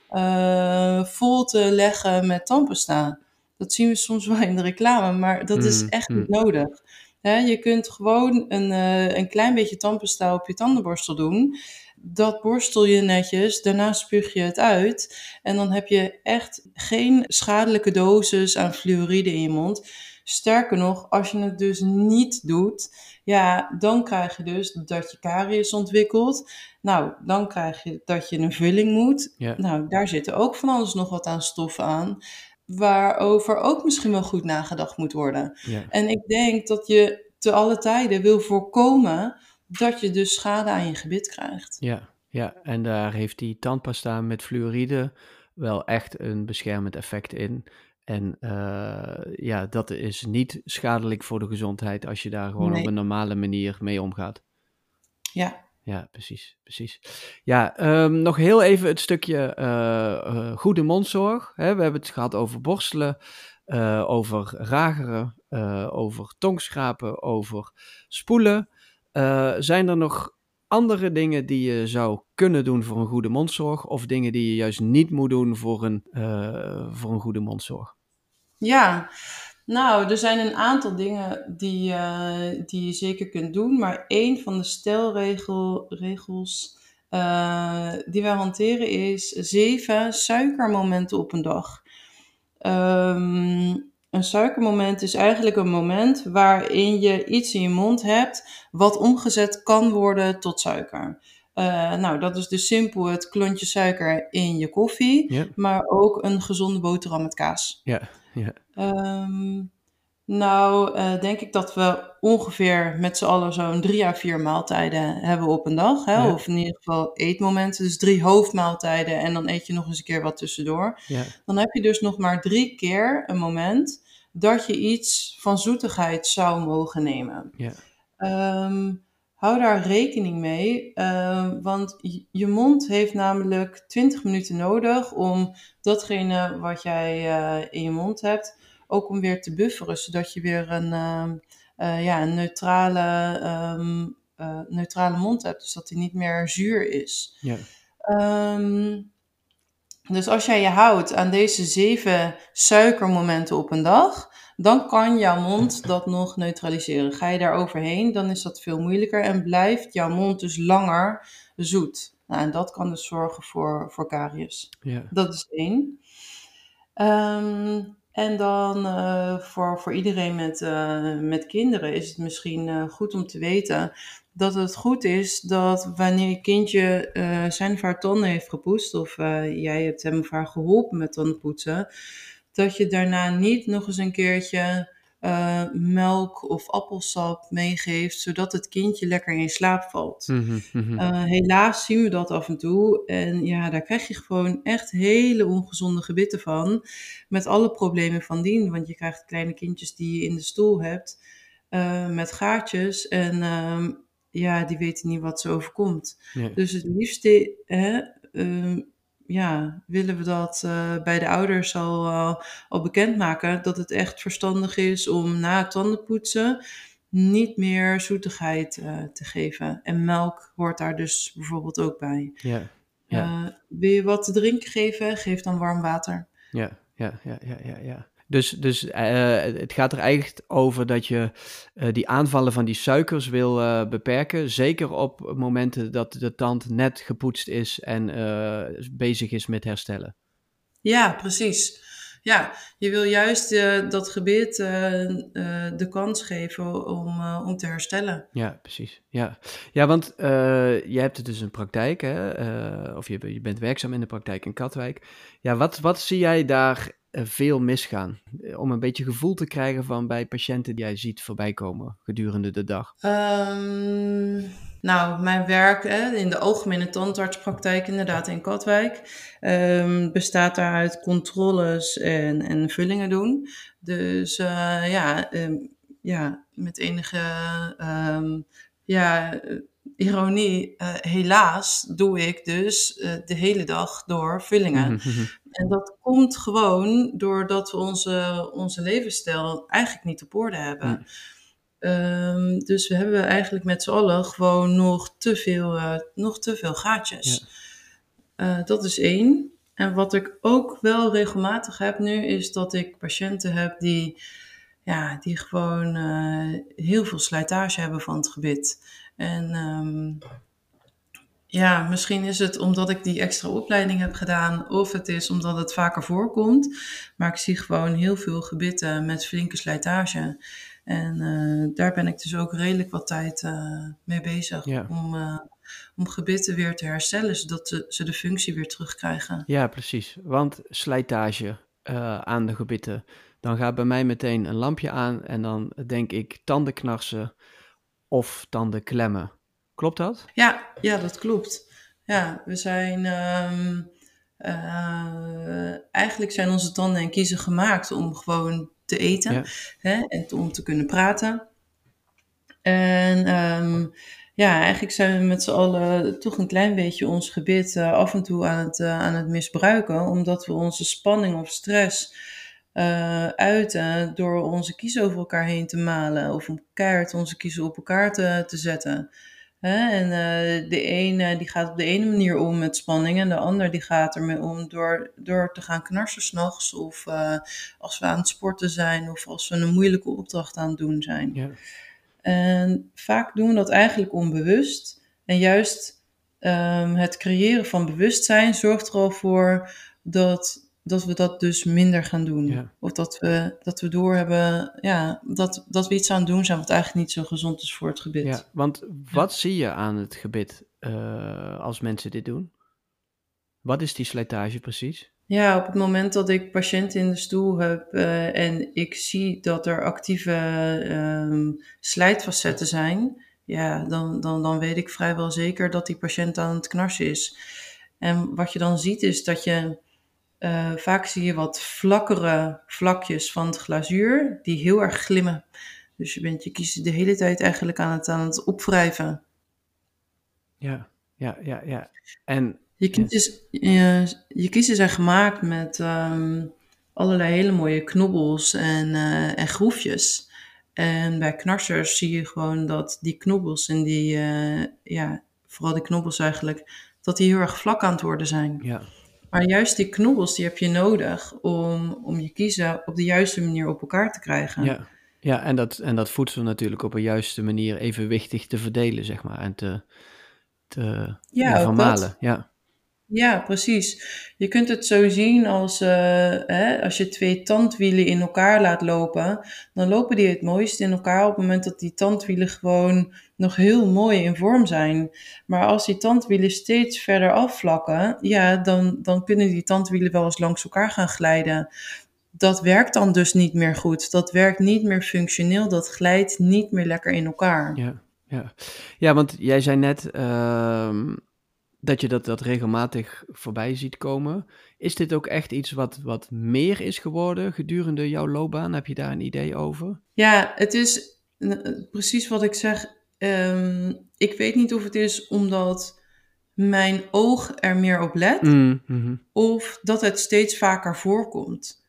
uh, vol te leggen met tandpasta. Dat zien we soms wel in de reclame, maar dat is echt mm. niet nodig. He, je kunt gewoon een, uh, een klein beetje tandpasta op je tandenborstel doen. Dat borstel je netjes, daarna spuug je het uit. En dan heb je echt geen schadelijke dosis aan fluoride in je mond. Sterker nog, als je het dus niet doet, ja, dan krijg je dus dat je karies ontwikkelt. Nou, dan krijg je dat je een vulling moet. Ja. Nou, daar zitten ook van alles nog wat aan stoffen aan, waarover ook misschien wel goed nagedacht moet worden. Ja. En ik denk dat je te alle tijden wil voorkomen dat je dus schade aan je gebit krijgt. Ja, ja, en daar heeft die tandpasta met fluoride wel echt een beschermend effect in. En uh, ja, dat is niet schadelijk voor de gezondheid als je daar gewoon Nee. op een normale manier mee omgaat. Ja. Ja, precies, precies. Ja, um, nog heel even het stukje uh, uh, goede mondzorg. Hè? We hebben het gehad over borstelen, uh, over rageren, uh, over tongschrapen, over spoelen. Uh, zijn er nog andere dingen die je zou kunnen doen voor een goede mondzorg, of dingen die je juist niet moet doen voor een, uh, voor een goede mondzorg? Ja, nou, er zijn een aantal dingen die, uh, die je zeker kunt doen, maar één van de stelregels uh, die wij hanteren is zeven suikermomenten op een dag. Um, een suikermoment is eigenlijk een moment waarin je iets in je mond hebt wat omgezet kan worden tot suiker. Uh, nou, dat is dus simpel het klontje suiker in je koffie, Ja. maar ook een gezonde boterham met kaas. Ja, ja. Um, nou, uh, denk ik dat we ongeveer met z'n allen zo'n drie à vier maaltijden hebben op een dag. Hè? Ja. Of in ieder geval eetmomenten. Dus drie hoofdmaaltijden en dan eet je nog eens een keer wat tussendoor. Ja. Dan heb je dus nog maar drie keer een moment dat je iets van zoetigheid zou mogen nemen. Ja. Um, hou daar rekening mee, uh, want je, je mond heeft namelijk twintig minuten nodig om datgene wat jij uh, in je mond hebt, ook om weer te bufferen, zodat je weer een, uh, uh, ja, een neutrale, um, uh, neutrale mond hebt, dus dat die niet meer zuur is. Ja. Um, dus als jij je houdt aan deze zeven suikermomenten op een dag, dan kan jouw mond dat nog neutraliseren. Ga je daar overheen, dan is dat veel moeilijker en blijft jouw mond dus langer zoet. Nou, en dat kan dus zorgen voor, voor karies. Ja. Dat is één. Um, en dan uh, voor, voor iedereen met, uh, met kinderen is het misschien uh, goed om te weten dat het goed is dat wanneer je kindje uh, zijn of haar tanden heeft gepoetst, of uh, jij hebt hem of haar geholpen met tandenpoetsen, dat je daarna niet nog eens een keertje uh, melk of appelsap meegeeft, zodat het kindje lekker in slaap valt. Mm-hmm, mm-hmm. Uh, helaas zien we dat af en toe. En ja, daar krijg je gewoon echt hele ongezonde gebitten van. Met alle problemen van dien. Want je krijgt kleine kindjes die je in de stoel hebt. Uh, met gaatjes. En uh, ja, die weten niet wat ze overkomt. Nee. Dus het liefste hè, uh, ja, willen we dat uh, bij de ouders al, uh, al bekendmaken. Dat het echt verstandig is om na het tandenpoetsen niet meer zoetigheid uh, te geven. En melk hoort daar dus bijvoorbeeld ook bij. Ja, ja. Uh, wil je wat te drinken geven? Geef dan warm water. Ja, ja, ja, ja, ja. ja. Dus, dus uh, het gaat er eigenlijk over dat je uh, die aanvallen van die suikers wil uh, beperken. Zeker op momenten dat de tand net gepoetst is en uh, bezig is met herstellen. Ja, precies. Ja, je wil juist uh, dat gebit uh, uh, de kans geven om, uh, om te herstellen. Ja, precies. Ja, ja want uh, je hebt het dus in praktijk, hè? Uh, of je, je bent werkzaam in de praktijk in Katwijk. Ja, wat, wat zie jij daar uh, veel misgaan? Om een beetje gevoel te krijgen van bij patiënten die jij ziet voorbij komen gedurende de dag. Um, nou, mijn werk hè, in de algemene tandartspraktijk inderdaad in Katwijk um, bestaat daaruit controles en, en vullingen doen. Dus uh, ja, um, ja, met enige um, ja, ironie, uh, helaas doe ik dus uh, de hele dag door vullingen. Mm-hmm. En dat komt gewoon doordat we onze, onze levensstijl eigenlijk niet op orde hebben. Mm. Um, dus we hebben eigenlijk met z'n allen gewoon nog te veel, uh, nog te veel gaatjes. Ja. Uh, dat is één. En wat ik ook wel regelmatig heb nu, is dat ik patiënten heb die, ja, die gewoon uh, heel veel slijtage hebben van het gebit. En um, ja, misschien is het omdat ik die extra opleiding heb gedaan, of het is omdat het vaker voorkomt. Maar ik zie gewoon heel veel gebitten met flinke slijtage. En uh, daar ben ik dus ook redelijk wat tijd uh, mee bezig. Ja. Om, uh, om gebitten weer te herstellen, zodat ze, ze de functie weer terugkrijgen. Ja, precies. Want slijtage uh, aan de gebitten, dan gaat bij mij meteen een lampje aan en dan denk ik tandenknarsen of tandenklemmen. Klopt dat? Ja, ja, dat klopt. Ja, we zijn... Um, uh, eigenlijk zijn onze tanden en kiezen gemaakt om gewoon te eten, ja. Hè, en om te kunnen praten. En um, ja, eigenlijk zijn we met z'n allen toch een klein beetje ons gebit uh, af en toe aan het, uh, aan het misbruiken, omdat we onze spanning of stress uh, uiten door onze kiezen over elkaar heen te malen of om keihard onze kiezen op elkaar te, te zetten. Hè? En uh, de ene die gaat op de ene manier om met spanning en de ander die gaat ermee om door, door te gaan knarsen 's nachts of uh, als we aan het sporten zijn of als we een moeilijke opdracht aan het doen zijn. Ja. En vaak doen we dat eigenlijk onbewust. En juist um, het creëren van bewustzijn zorgt er al voor dat, dat we dat dus minder gaan doen. Ja. Of dat we, dat we doorhebben, ja, dat, dat we iets aan het doen zijn wat eigenlijk niet zo gezond is voor het gebit. Ja, want wat ja. zie je aan het gebit uh, als mensen dit doen? Wat is die slijtage precies? Ja, op het moment dat ik patiënten in de stoel heb uh, en ik zie dat er actieve um, slijtfacetten zijn, ja, dan, dan, dan weet ik vrijwel zeker dat die patiënt aan het knarsen is. En wat je dan ziet is dat je, uh, vaak zie je wat vlakkere vlakjes van het glazuur die heel erg glimmen. Dus je bent je kiezen de hele tijd eigenlijk aan het, aan het opwrijven. Ja, ja, ja, ja. En Je yes. kiezen, je, je kiezen zijn gemaakt met ehm, allerlei hele mooie knobbels en, eh, en groefjes. En bij knarsers zie je gewoon dat die knobbels en die, eh, ja, vooral die knobbels eigenlijk, dat die heel erg vlak aan het worden zijn. Ja, Maar juist die knobbels, die heb je nodig om, om je kiezen op de juiste manier op elkaar te krijgen. ja, ja, en dat, en dat voedsel natuurlijk op een juiste manier evenwichtig te verdelen, zeg maar, en te, te ja, Ja, ook vermalen. dat. Ja, Ja, precies. Je kunt het zo zien als, eh, hè, als je twee tandwielen in elkaar laat lopen, dan lopen die het mooist in elkaar op het moment dat die tandwielen gewoon nog heel mooi in vorm zijn. Maar als die tandwielen steeds verder afvlakken, ja, dan, dan kunnen die tandwielen wel eens langs elkaar gaan glijden. Dat werkt dan dus niet meer goed. Dat werkt niet meer functioneel. Dat glijdt niet meer lekker in elkaar. ja, ja. Ja, want jij zei net ehm, dat je dat, dat regelmatig voorbij ziet komen. Is dit ook echt iets wat, wat meer is geworden gedurende jouw loopbaan? Heb je daar een idee over? Ja, het is eh, precies wat ik zeg. Ehm, ik weet niet of het is omdat mijn oog er meer op let Mm, mhm. of dat het steeds vaker voorkomt.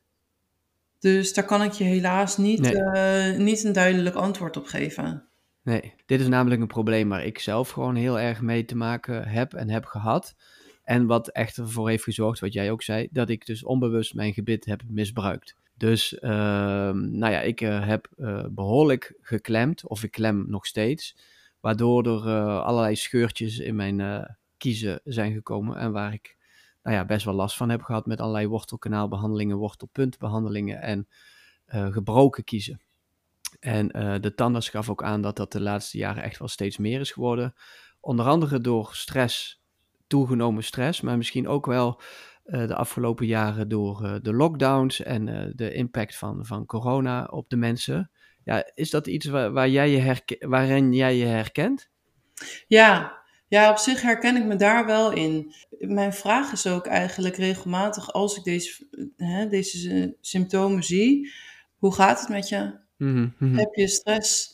Dus daar kan ik je helaas niet, Nee. eh, niet een duidelijk antwoord op geven. Nee, dit is namelijk een probleem waar ik zelf gewoon heel erg mee te maken heb en heb gehad. En wat echt ervoor heeft gezorgd, wat jij ook zei, dat ik dus onbewust mijn gebit heb misbruikt. Dus, ehm, nou ja, ik eh, heb eh, behoorlijk geklemd, of ik klem nog steeds, waardoor er eh, allerlei scheurtjes in mijn eh, kiezen zijn gekomen en waar ik, nou ja, best wel last van heb gehad met allerlei wortelkanaalbehandelingen, wortelpuntbehandelingen en eh, gebroken kiezen. En uh, de tandarts gaf ook aan dat dat de laatste jaren echt wel steeds meer is geworden. Onder andere door stress, toegenomen stress, maar misschien ook wel uh, de afgelopen jaren door uh, de lockdowns en uh, de impact van, van corona op de mensen. Ja, is dat iets waar, waar jij je herke- waarin jij je herkent? Ja, ja, op zich herken ik me daar wel in. Mijn vraag is ook eigenlijk regelmatig als ik deze, hè, deze symptomen zie: hoe gaat het met je? Mm-hmm, mm-hmm. Heb je stress?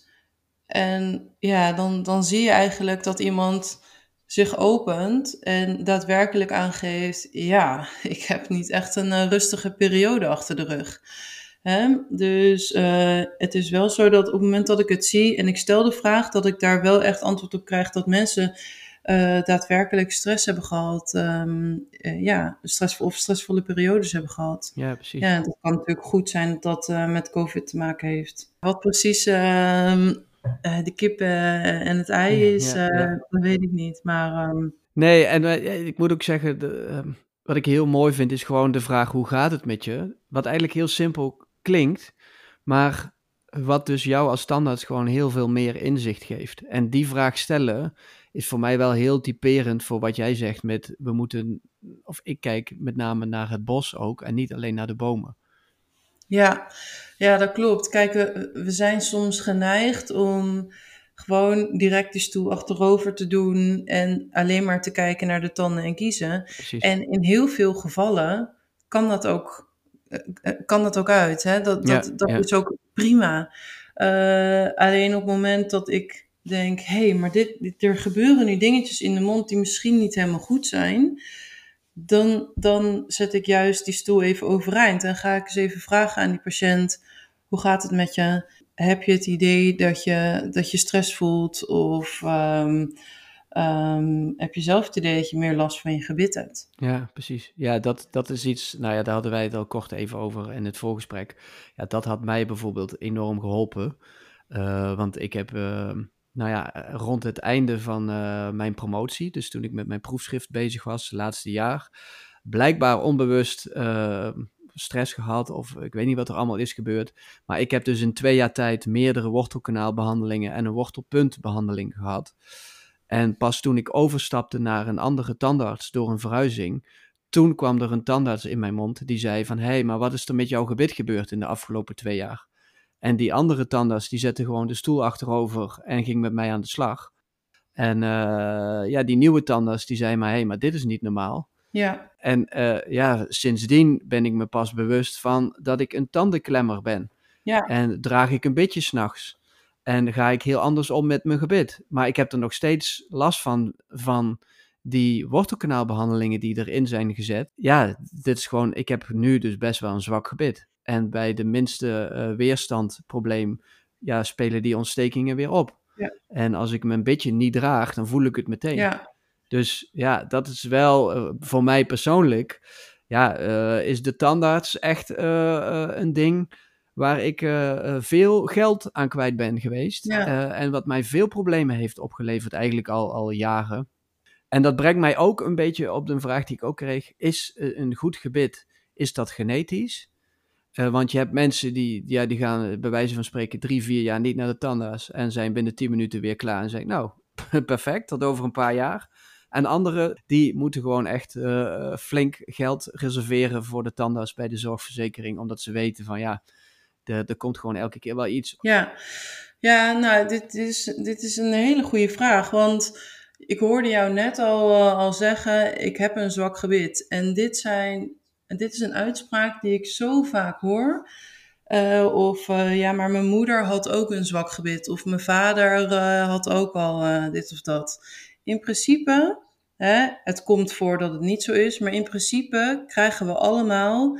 En ja, dan, dan zie je eigenlijk dat iemand zich opent en daadwerkelijk aangeeft: ja, ik heb niet echt een uh, rustige periode achter de rug. Hè? Dus uh, het is wel zo dat op het moment dat ik het zie en ik stel de vraag, dat ik daar wel echt antwoord op krijg dat mensen uh, daadwerkelijk stress hebben gehad. Um, uh, ja, stressvol, of stressvolle periodes hebben gehad. Ja, precies. Ja, dat kan natuurlijk goed zijn dat dat uh, met COVID te maken heeft. Wat precies uh, uh, de kip uh, en het ei is, Ja, uh, ja. dat weet ik niet. Maar um... Nee, en uh, ik moet ook zeggen, de, uh, wat ik heel mooi vind is gewoon de vraag: hoe gaat het met je? Wat eigenlijk heel simpel klinkt, maar wat dus jou als standaard gewoon heel veel meer inzicht geeft. En die vraag stellen is voor mij wel heel typerend voor wat jij zegt met we moeten, of ik kijk met name naar het bos ook en niet alleen naar de bomen. Ja, ja, dat klopt. Kijk, we, we zijn soms geneigd om gewoon direct die stoel achterover te doen en alleen maar te kijken naar de tanden en kiezen. Precies. En in heel veel gevallen kan dat ook, uh, kan dat ook uit. Hè? Dat, dat, Ja, dat ja. is ook prima. Uh, alleen op het moment dat ik denk: hé, hey, maar dit, dit, er gebeuren nu dingetjes in de mond die misschien niet helemaal goed zijn. Dan, dan zet ik juist die stoel even overeind en ga ik eens even vragen aan die patiënt: hoe gaat het met je? Heb je het idee dat je, dat je stress voelt? Of um, um, heb je zelf het idee dat je meer last van je gebit hebt? Ja, precies. Ja, dat, dat is iets, nou ja, daar hadden wij het al kort even over in het voorgesprek. Ja, dat had mij bijvoorbeeld enorm geholpen. Uh, want ik heb, uh, nou ja, rond het einde van uh, mijn promotie, dus toen ik met mijn proefschrift bezig was, het laatste jaar, blijkbaar onbewust uh, stress gehad of ik weet niet wat er allemaal is gebeurd. Maar ik heb dus in twee jaar tijd meerdere wortelkanaalbehandelingen en een wortelpuntbehandeling gehad. En pas toen ik overstapte naar een andere tandarts door een verhuizing, toen kwam er een tandarts in mijn mond die zei van, hé, hey, maar wat is er met jouw gebit gebeurd in de afgelopen twee jaar? En die andere tandarts die zette gewoon de stoel achterover en ging met mij aan de slag. En uh, ja, die nieuwe tandarts die zei maar, hé, hey, maar dit is niet normaal. Ja. En uh, ja, sindsdien ben ik me pas bewust van dat ik een tandenklemmer ben. Ja. En draag ik een beetje 's nachts. En ga ik heel anders om met mijn gebit. Maar ik heb er nog steeds last van, van die wortelkanaalbehandelingen die erin zijn gezet. Ja, dit is gewoon, ik heb nu dus best wel een zwak gebit. En bij de minste uh, weerstandprobleem, ja, spelen die ontstekingen weer op. Ja. En als ik mijn bitje niet draag, dan voel ik het meteen. Ja. Dus ja, dat is wel uh, voor mij persoonlijk, ja, uh, is de tandarts echt uh, uh, een ding waar ik uh, uh, veel geld aan kwijt ben geweest. Ja. Uh, en wat mij veel problemen heeft opgeleverd, eigenlijk al, al jaren. En dat brengt mij ook een beetje op de vraag die ik ook kreeg. Is een goed gebit, is dat genetisch? Uh, want je hebt mensen die, ja, die gaan bij wijze van spreken drie, vier jaar niet naar de tandarts en zijn binnen tien minuten weer klaar en zeggen, nou, perfect, tot over een paar jaar. En anderen, die moeten gewoon echt uh, flink geld reserveren voor de tandarts bij de zorgverzekering, omdat ze weten van, ja, er komt gewoon elke keer wel iets. Ja, ja nou, dit is, dit is een hele goede vraag, want ik hoorde jou net al, uh, al zeggen, ik heb een zwak gebit. En dit, zijn, dit is een uitspraak die ik zo vaak hoor. Uh, of uh, ja, maar mijn moeder had ook een zwak gebit. Of mijn vader uh, had ook al uh, dit of dat. In principe, hè, het komt voor dat het niet zo is. Maar in principe krijgen we allemaal,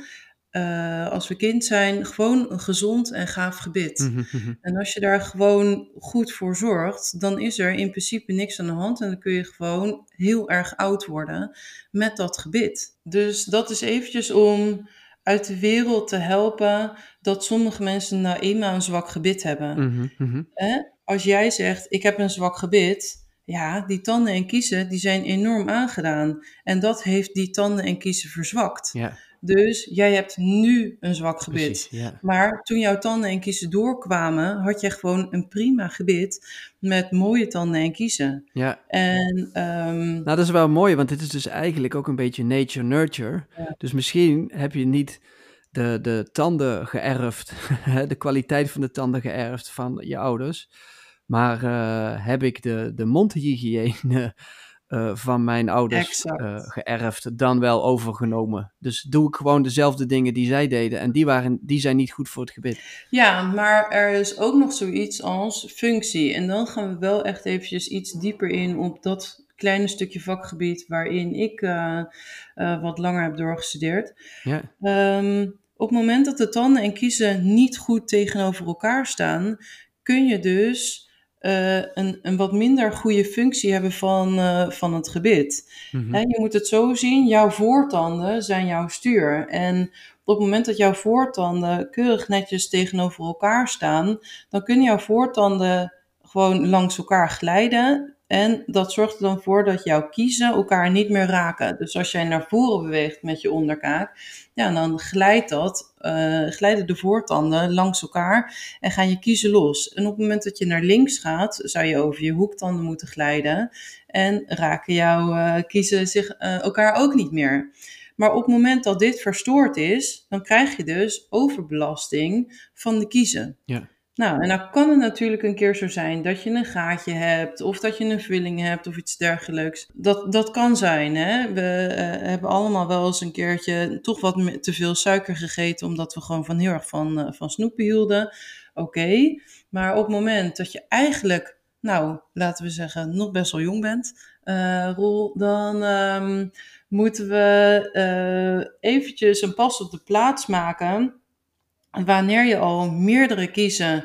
uh, als we kind zijn, gewoon een gezond en gaaf gebit. Mm-hmm. En als je daar gewoon goed voor zorgt, dan is er in principe niks aan de hand. En dan kun je gewoon heel erg oud worden met dat gebit. Dus dat is eventjes om uit de wereld te helpen dat sommige mensen nou eenmaal een zwak gebit hebben. Mm-hmm. Eh? Als jij zegt, ik heb een zwak gebit, ja, die tanden en kiezen die zijn enorm aangedaan. En dat heeft die tanden en kiezen verzwakt. Ja. Dus jij hebt nu een zwak gebit. Precies, ja. Maar toen jouw tanden en kiezen doorkwamen, had je gewoon een prima gebit met mooie tanden en kiezen. Ja. En, um... nou, dat is wel mooi, want dit is dus eigenlijk ook een beetje nature-nurture. Ja. Dus misschien heb je niet de, de tanden geërfd, de kwaliteit van de tanden geërfd van je ouders. Maar uh, heb ik de, de mondhygiëne uh, van mijn ouders uh, geërfd, dan wel overgenomen. Dus doe ik gewoon dezelfde dingen die zij deden. En die, waren, die zijn niet goed voor het gebit. Ja, maar er is ook nog zoiets als functie. En dan gaan we wel echt eventjes iets dieper in op dat kleine stukje vakgebied waarin ik uh, uh, wat langer heb doorgestudeerd. Ja. Um, op het moment dat de tanden en kiezen niet goed tegenover elkaar staan, kun je dus Uh, een, een wat minder goede functie hebben van, uh, van het gebit. Mm-hmm. He, je moet het zo zien, jouw voortanden zijn jouw stuur. En op het moment dat jouw voortanden keurig netjes tegenover elkaar staan, dan kunnen jouw voortanden gewoon langs elkaar glijden. En dat zorgt er dan voor dat jouw kiezen elkaar niet meer raken. Dus als jij naar voren beweegt met je onderkaak, ja, dan glijdt dat, uh, glijden de voortanden langs elkaar en gaan je kiezen los. En op het moment dat je naar links gaat, zou je over je hoektanden moeten glijden en raken jouw uh, kiezen zich, uh, elkaar ook niet meer. Maar op het moment dat dit verstoord is, dan krijg je dus overbelasting van de kiezen. Ja. Nou, en dan kan het natuurlijk een keer zo zijn dat je een gaatje hebt of dat je een vulling hebt of iets dergelijks. Dat, dat kan zijn, hè. We uh, hebben allemaal wel eens een keertje toch wat te veel suiker gegeten omdat we gewoon van heel erg van, uh, van snoepen hielden. Oké, okay. Maar op het moment dat je eigenlijk, nou, laten we zeggen, nog best wel jong bent, uh, Roel, dan um, moeten we uh, eventjes een pas op de plaats maken. Wanneer je al meerdere kiezen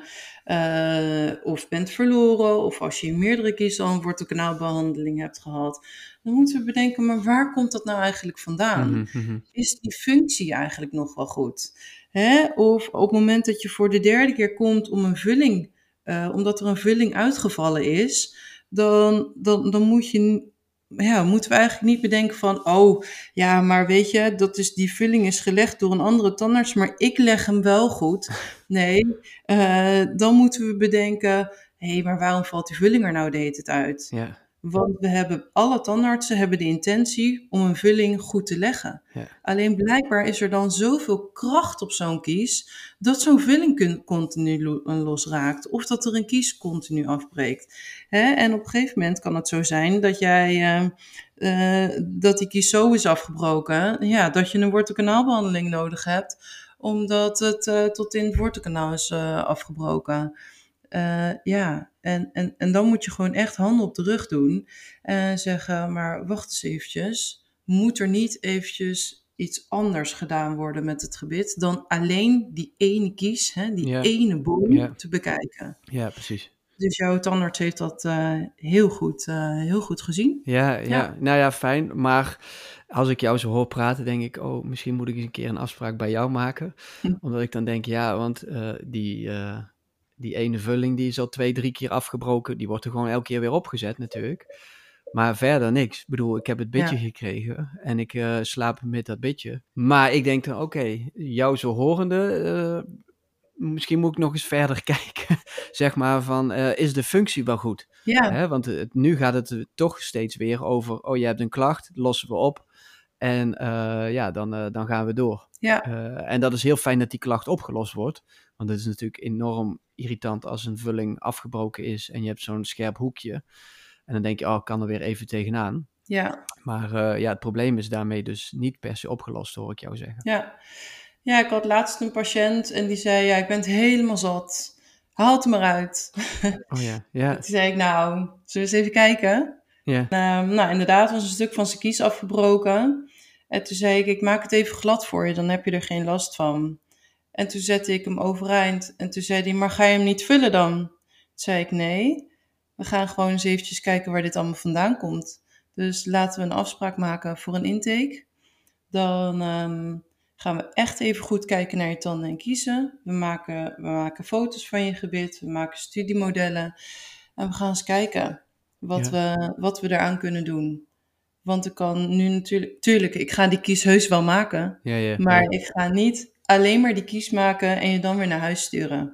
uh, of bent verloren, of als je meerdere kiezen al een wortelkanaalbehandeling hebt gehad, dan moeten we bedenken, maar waar komt dat nou eigenlijk vandaan? Mm-hmm. Is die functie eigenlijk nog wel goed? Hè? Of op het moment dat je voor de derde keer komt om een vulling, uh, omdat er een vulling uitgevallen is, dan, dan, dan moet je... Ja, moeten we eigenlijk niet bedenken van, oh, ja, maar weet je, dat is, die vulling is gelegd door een andere tandarts, maar ik leg hem wel goed. Nee, uh, dan moeten we bedenken, hé, hey, maar waarom valt die vulling er nou de hele tijd uit? Ja. Want we hebben, alle tandartsen hebben de intentie om een vulling goed te leggen. Ja. Alleen blijkbaar is er dan zoveel kracht op zo'n kies, dat zo'n vulling continu lo- losraakt. Of dat er een kies continu afbreekt. Hè? En op een gegeven moment kan het zo zijn dat jij, uh, uh, dat die kies zo is afgebroken, ja, dat je een wortelkanaalbehandeling nodig hebt, omdat het uh, tot in het wortelkanaal is uh, afgebroken. Uh, ja, en, en, en dan moet je gewoon echt handen op de rug doen en zeggen, maar wacht eens eventjes, moet er niet eventjes iets anders gedaan worden met het gebit dan alleen die ene kies, hè, die Ja. ene boom Ja. te bekijken. Ja, precies. Dus jouw tandarts heeft dat uh, heel, goed, uh, heel goed gezien. Ja, ja, Ja. nou ja, fijn. Maar als ik jou zo hoor praten, denk ik, oh, misschien moet ik eens een keer een afspraak bij jou maken. Hm. Omdat ik dan denk, ja, want uh, die, uh, die ene vulling die is al twee, drie keer afgebroken. Die wordt er gewoon elke keer weer opgezet natuurlijk. Maar verder niks. Ik bedoel, ik heb het bitje Ja. gekregen en ik uh, slaap met dat bitje. Maar ik denk dan, oké, okay, jou zo horende, uh, misschien moet ik nog eens verder kijken. Zeg maar van, uh, is de functie wel goed? Ja. Hè? Want het, nu gaat het toch steeds weer over, oh, je hebt een klacht, lossen we op. En uh, ja, dan, uh, dan gaan we door. Ja. Uh, en dat is heel fijn dat die klacht opgelost wordt. Want het is natuurlijk enorm irritant als een vulling afgebroken is en je hebt zo'n scherp hoekje. En dan denk je, oh, ik kan er weer even tegenaan. Ja. Maar uh, ja, het probleem is daarmee dus niet per se opgelost, hoor ik jou zeggen. Ja. Ja, ik had laatst een patiënt en die zei, ja, ik ben het helemaal zat. Haal het er maar uit. Oh ja, ja. Toen zei ik, nou, zullen we eens even kijken? Ja. Uh, nou, inderdaad was een stuk van zijn kies afgebroken. En toen zei ik, ik maak het even glad voor je, dan heb je er geen last van. En toen zette ik hem overeind en toen zei hij, maar ga je hem niet vullen dan? Toen zei ik, nee, we gaan gewoon eens eventjes kijken waar dit allemaal vandaan komt. Dus laten we een afspraak maken voor een intake. Dan um, gaan we echt even goed kijken naar je tanden en kiezen. We maken, we maken foto's van je gebit, we maken studiemodellen. En we gaan eens kijken wat, ja. we, wat we eraan kunnen doen. Want ik kan nu natuurlijk, tuurlijk, ik ga die kies heus wel maken. Ja, ja, maar ja. ik ga niet alleen maar die kies maken en je dan weer naar huis sturen.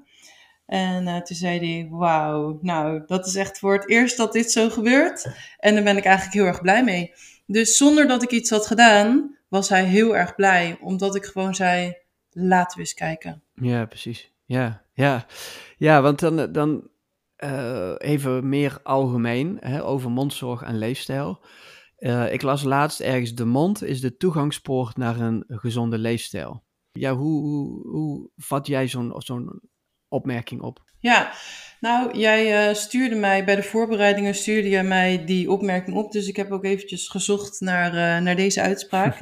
En uh, toen zei hij, wauw, nou, dat is echt voor het eerst dat dit zo gebeurt. En daar ben ik eigenlijk heel erg blij mee. Dus zonder dat ik iets had gedaan, was hij heel erg blij. Omdat ik gewoon zei, laten we eens kijken. Ja, precies. Ja, ja. Ja, want dan, dan uh, even meer algemeen hè, over mondzorg en leefstijl. Uh, ik las laatst ergens, de mond is de toegangspoort naar een gezonde leefstijl. Ja, hoe, hoe, hoe vat jij zo'n, zo'n opmerking op? Ja, nou, jij uh, stuurde mij, bij de voorbereidingen stuurde jij mij die opmerking op. Dus ik heb ook eventjes gezocht naar, uh, naar deze uitspraak.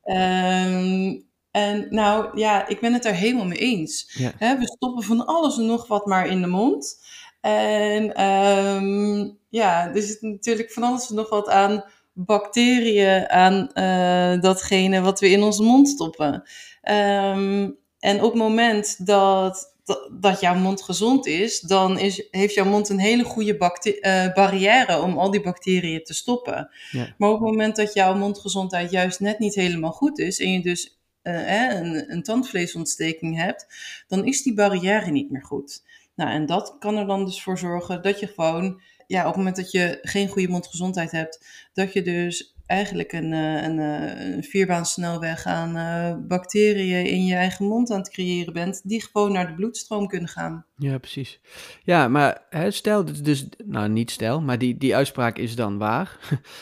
um, en nou, ja, ik ben het er helemaal mee eens. Ja. Hè, we stoppen van alles en nog wat maar in de mond. En um, ja, er zit natuurlijk van alles en nog wat aan bacteriën, aan uh, datgene wat we in onze mond stoppen. Um, en op het moment dat... dat jouw mond gezond is, dan is, heeft jouw mond een hele goede bacte- uh, barrière om al die bacteriën te stoppen. Ja. Maar op het moment dat jouw mondgezondheid juist net niet helemaal goed is en je dus uh, eh, een, een tandvleesontsteking hebt, dan is die barrière niet meer goed. Nou, en dat kan er dan dus voor zorgen dat je gewoon, ja, op het moment dat je geen goede mondgezondheid hebt, dat je dus eigenlijk een, een, een vierbaansnelweg aan uh, bacteriën in je eigen mond aan het creëren bent, die gewoon naar de bloedstroom kunnen gaan. Ja, precies. Ja, maar hè, stel, dus, nou niet stel, maar die, die uitspraak is dan waar.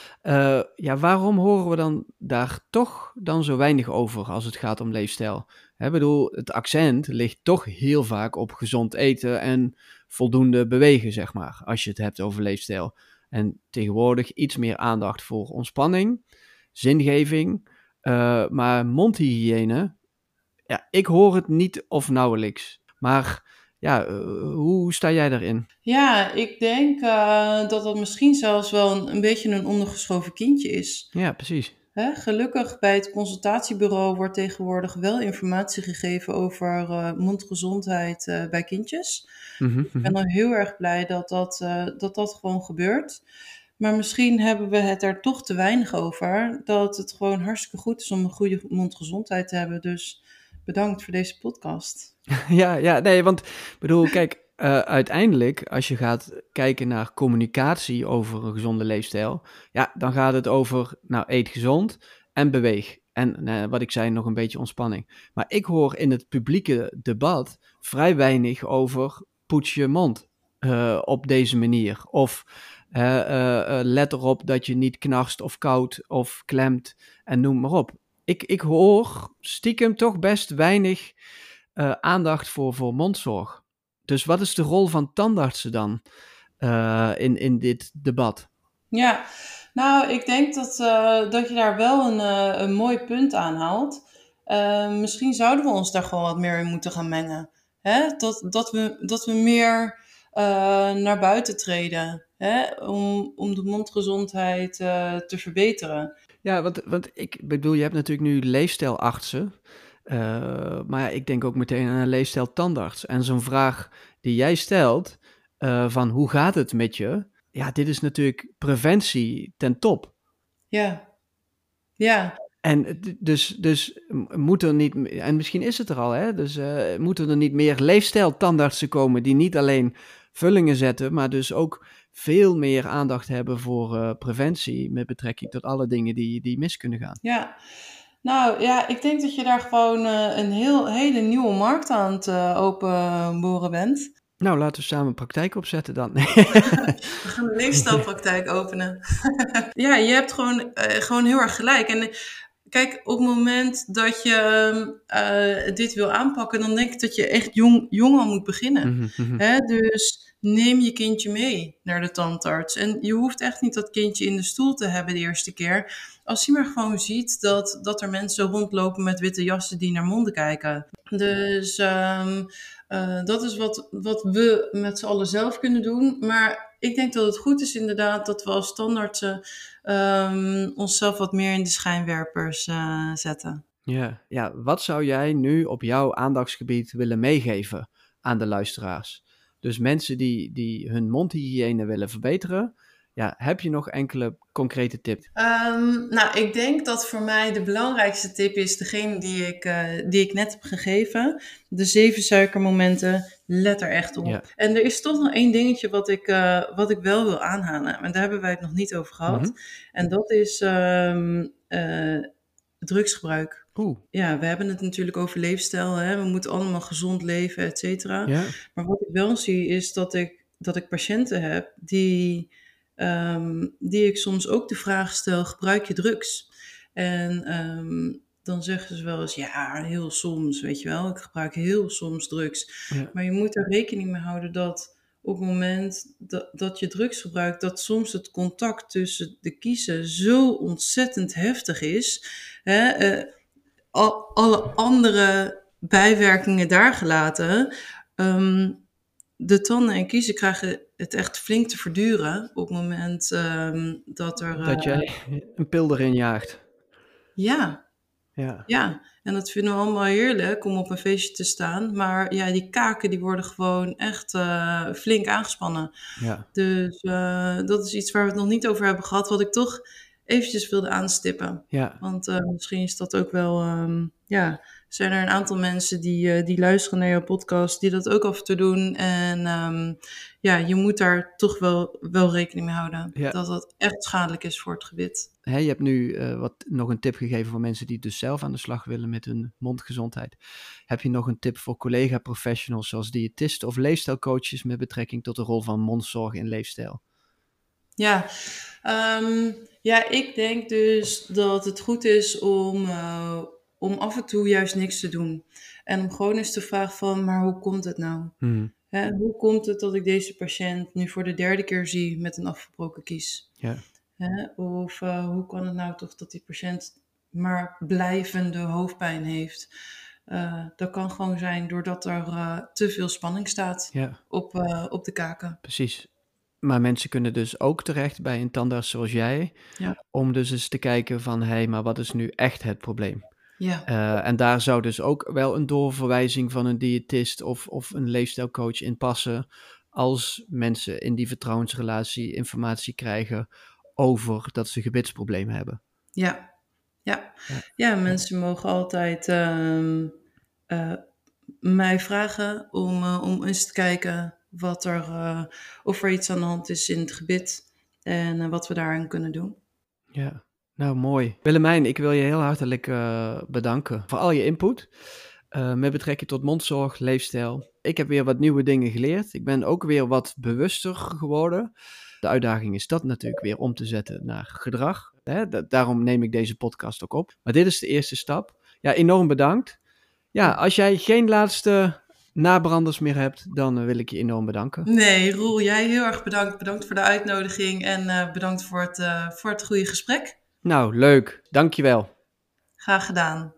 uh, ja, waarom horen we dan daar toch dan zo weinig over als het gaat om leefstijl? Ik bedoel, het accent ligt toch heel vaak op gezond eten en voldoende bewegen, zeg maar, als je het hebt over leefstijl. En tegenwoordig iets meer aandacht voor ontspanning, zingeving, uh, maar mondhygiëne, ja, ik hoor het niet of nauwelijks. Maar ja, uh, hoe sta jij daarin? Ja, ik denk uh, dat dat misschien zelfs wel een, een beetje een ondergeschoven kindje is. Ja, precies. Hè, gelukkig bij het consultatiebureau wordt tegenwoordig wel informatie gegeven over uh, mondgezondheid uh, bij kindjes. Mm-hmm, ik ben dan heel erg blij dat dat, uh, dat dat gewoon gebeurt. Maar misschien hebben we het er toch te weinig over. Dat het gewoon hartstikke goed is om een goede mondgezondheid te hebben. Dus bedankt voor deze podcast. Ja, ja, nee, want bedoel, kijk, uh, uiteindelijk als je gaat kijken naar communicatie over een gezonde leefstijl, ja, dan gaat het over, nou, eet gezond en beweeg. En uh, wat ik zei, nog een beetje ontspanning. Maar ik hoor in het publieke debat vrij weinig over poets je mond uh, op deze manier. Of uh, uh, uh, let erop dat je niet knarst of koud of klemt en noem maar op. Ik, ik hoor stiekem toch best weinig uh, aandacht voor, voor mondzorg. Dus wat is de rol van tandartsen dan uh, in, in dit debat? Ja, nou, ik denk dat, uh, dat je daar wel een, uh, een mooi punt aan haalt. Uh, misschien zouden we ons daar gewoon wat meer in moeten gaan mengen. Hè? Dat, dat, we, dat we meer uh, naar buiten treden, hè? Om, om de mondgezondheid uh, te verbeteren. Ja, want, want ik bedoel, je hebt natuurlijk nu leefstijlartsen. Uh, maar ja, ik denk ook meteen aan een leefstijltandarts. En zo'n vraag die jij stelt, uh, van hoe gaat het met je? Ja, dit is natuurlijk preventie ten top. Ja, ja. En dus, dus moet er niet, en misschien is het er al, hè? Dus uh, moeten er niet meer leefstijltandartsen komen die niet alleen vullingen zetten, maar dus ook veel meer aandacht hebben voor uh, preventie met betrekking tot alle dingen die, die mis kunnen gaan. Ja, nou ja, ik denk dat je daar gewoon uh, een heel, hele nieuwe markt aan het uh, openboren bent. Nou, laten we samen een praktijk opzetten dan. We gaan een leefstijlpraktijk openen. Ja, je hebt gewoon, uh, gewoon heel erg gelijk. En kijk, op het moment dat je uh, dit wil aanpakken, dan denk ik dat je echt jong, jong al moet beginnen. Mm-hmm. Hè? Dus neem je kindje mee naar de tandarts. En je hoeft echt niet dat kindje in de stoel te hebben de eerste keer. Als je maar gewoon ziet dat, dat er mensen rondlopen met witte jassen die naar monden kijken. Dus um, uh, dat is wat, wat we met z'n allen zelf kunnen doen. Maar ik denk dat het goed is inderdaad dat we als tandartsen um, onszelf wat meer in de schijnwerpers uh, zetten. Ja, ja, wat zou jij nu op jouw aandachtsgebied willen meegeven aan de luisteraars? Dus mensen die, die hun mondhygiëne willen verbeteren, ja, heb je nog enkele concrete tips? Um, nou, ik denk dat voor mij de belangrijkste tip is degene die ik, uh, die ik net heb gegeven. De zeven suikermomenten, let er echt op. Ja. En er is toch nog één dingetje wat ik, uh, wat ik wel wil aanhalen. Maar daar hebben wij het nog niet over gehad. Mm-hmm. En dat is um, uh, drugsgebruik. Oeh. Ja, we hebben het natuurlijk over leefstijl. Hè? We moeten allemaal gezond leven, et cetera. Ja. Maar wat ik wel zie is dat ik, dat ik patiënten heb die... Um, die ik soms ook de vraag stel, gebruik je drugs? En um, dan zeggen ze wel eens, ja, heel soms, weet je wel. Ik gebruik heel soms drugs. Ja. Maar je moet er rekening mee houden dat op het moment dat, dat je drugs gebruikt, dat soms het contact tussen de kiezen zo ontzettend heftig is. Hè? Uh, al, alle andere bijwerkingen daar gelaten. Um, de tanden en kiezen krijgen het echt flink te verduren op het moment um, dat er... Dat jij uh, een pil erin jaagt. Ja. Ja. Ja, en dat vinden we allemaal heerlijk om op een feestje te staan. Maar ja, die kaken die worden gewoon echt uh, flink aangespannen. Ja. Dus uh, dat is iets waar we het nog niet over hebben gehad, wat ik toch eventjes wilde aanstippen. Ja. Want uh, misschien is dat ook wel... Um, ja, zijn er een aantal mensen die, uh, die luisteren naar jouw podcast, die dat ook af en toe doen. En um, ja, je moet daar toch wel, wel rekening mee houden. Ja. Dat dat echt schadelijk is voor het gebit. Hey, je hebt nu uh, wat, nog een tip gegeven voor mensen die dus zelf aan de slag willen met hun mondgezondheid. Heb je nog een tip voor collega-professionals zoals diëtisten of leefstijlcoaches met betrekking tot de rol van mondzorg in leefstijl? Ja, um, ja, ik denk dus dat het goed is om... Uh, om af en toe juist niks te doen. En om gewoon eens te vragen van, maar hoe komt het nou? Hmm. Hè, hoe komt het dat ik deze patiënt nu voor de derde keer zie met een afgebroken kies? Ja. Hè, of uh, hoe kan het nou toch dat die patiënt maar blijvende hoofdpijn heeft? Uh, dat kan gewoon zijn doordat er uh, te veel spanning staat ja. op, uh, op de kaken. Precies. Maar mensen kunnen dus ook terecht bij een tandarts zoals jij, ja. om dus eens te kijken van, hé, hey, maar wat is nu echt het probleem? Ja. Uh, en daar zou dus ook wel een doorverwijzing van een diëtist of, of een leefstijlcoach in passen, als mensen in die vertrouwensrelatie informatie krijgen over dat ze gebitsproblemen hebben. Ja, ja. ja. ja mensen mogen altijd uh, uh, mij vragen om, uh, om eens te kijken wat er, uh, of er iets aan de hand is in het gebit en uh, wat we daaraan kunnen doen. Ja. Nou, mooi. Willemijn, ik wil je heel hartelijk uh, bedanken voor al je input uh, met betrekking tot mondzorg, leefstijl. Ik heb weer wat nieuwe dingen geleerd. Ik ben ook weer wat bewuster geworden. De uitdaging is dat natuurlijk weer om te zetten naar gedrag. Hè? Da- daarom neem ik deze podcast ook op. Maar dit is de eerste stap. Ja, enorm bedankt. Ja, als jij geen laatste nabranders meer hebt, dan uh, wil ik je enorm bedanken. Nee, Roel, jij heel erg bedankt. Bedankt voor de uitnodiging en uh, bedankt voor het, uh, voor het goede gesprek. Nou, leuk. Dankjewel. Graag gedaan.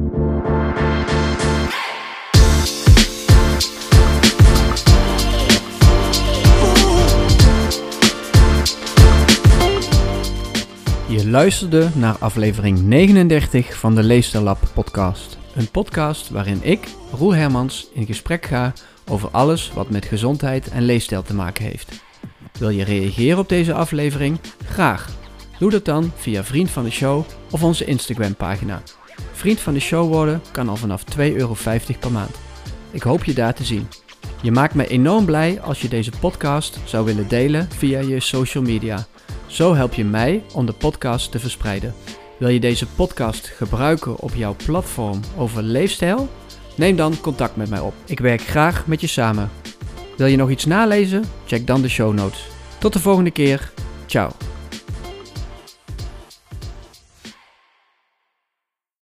Je luisterde naar aflevering negenendertig van de Leefstijllab podcast. Een podcast waarin ik, Roel Hermans, in gesprek ga over alles wat met gezondheid en leefstijl te maken heeft. Wil je reageren op deze aflevering? Graag. Doe dat dan via Vriend van de Show of onze Instagram pagina. Vriend van de Show worden kan al vanaf twee euro vijftig per maand. Ik hoop je daar te zien. Je maakt me enorm blij als je deze podcast zou willen delen via je social media. Zo help je mij om de podcast te verspreiden. Wil je deze podcast gebruiken op jouw platform over leefstijl? Neem dan contact met mij op. Ik werk graag met je samen. Wil je nog iets nalezen? Check dan de show notes. Tot de volgende keer. Ciao.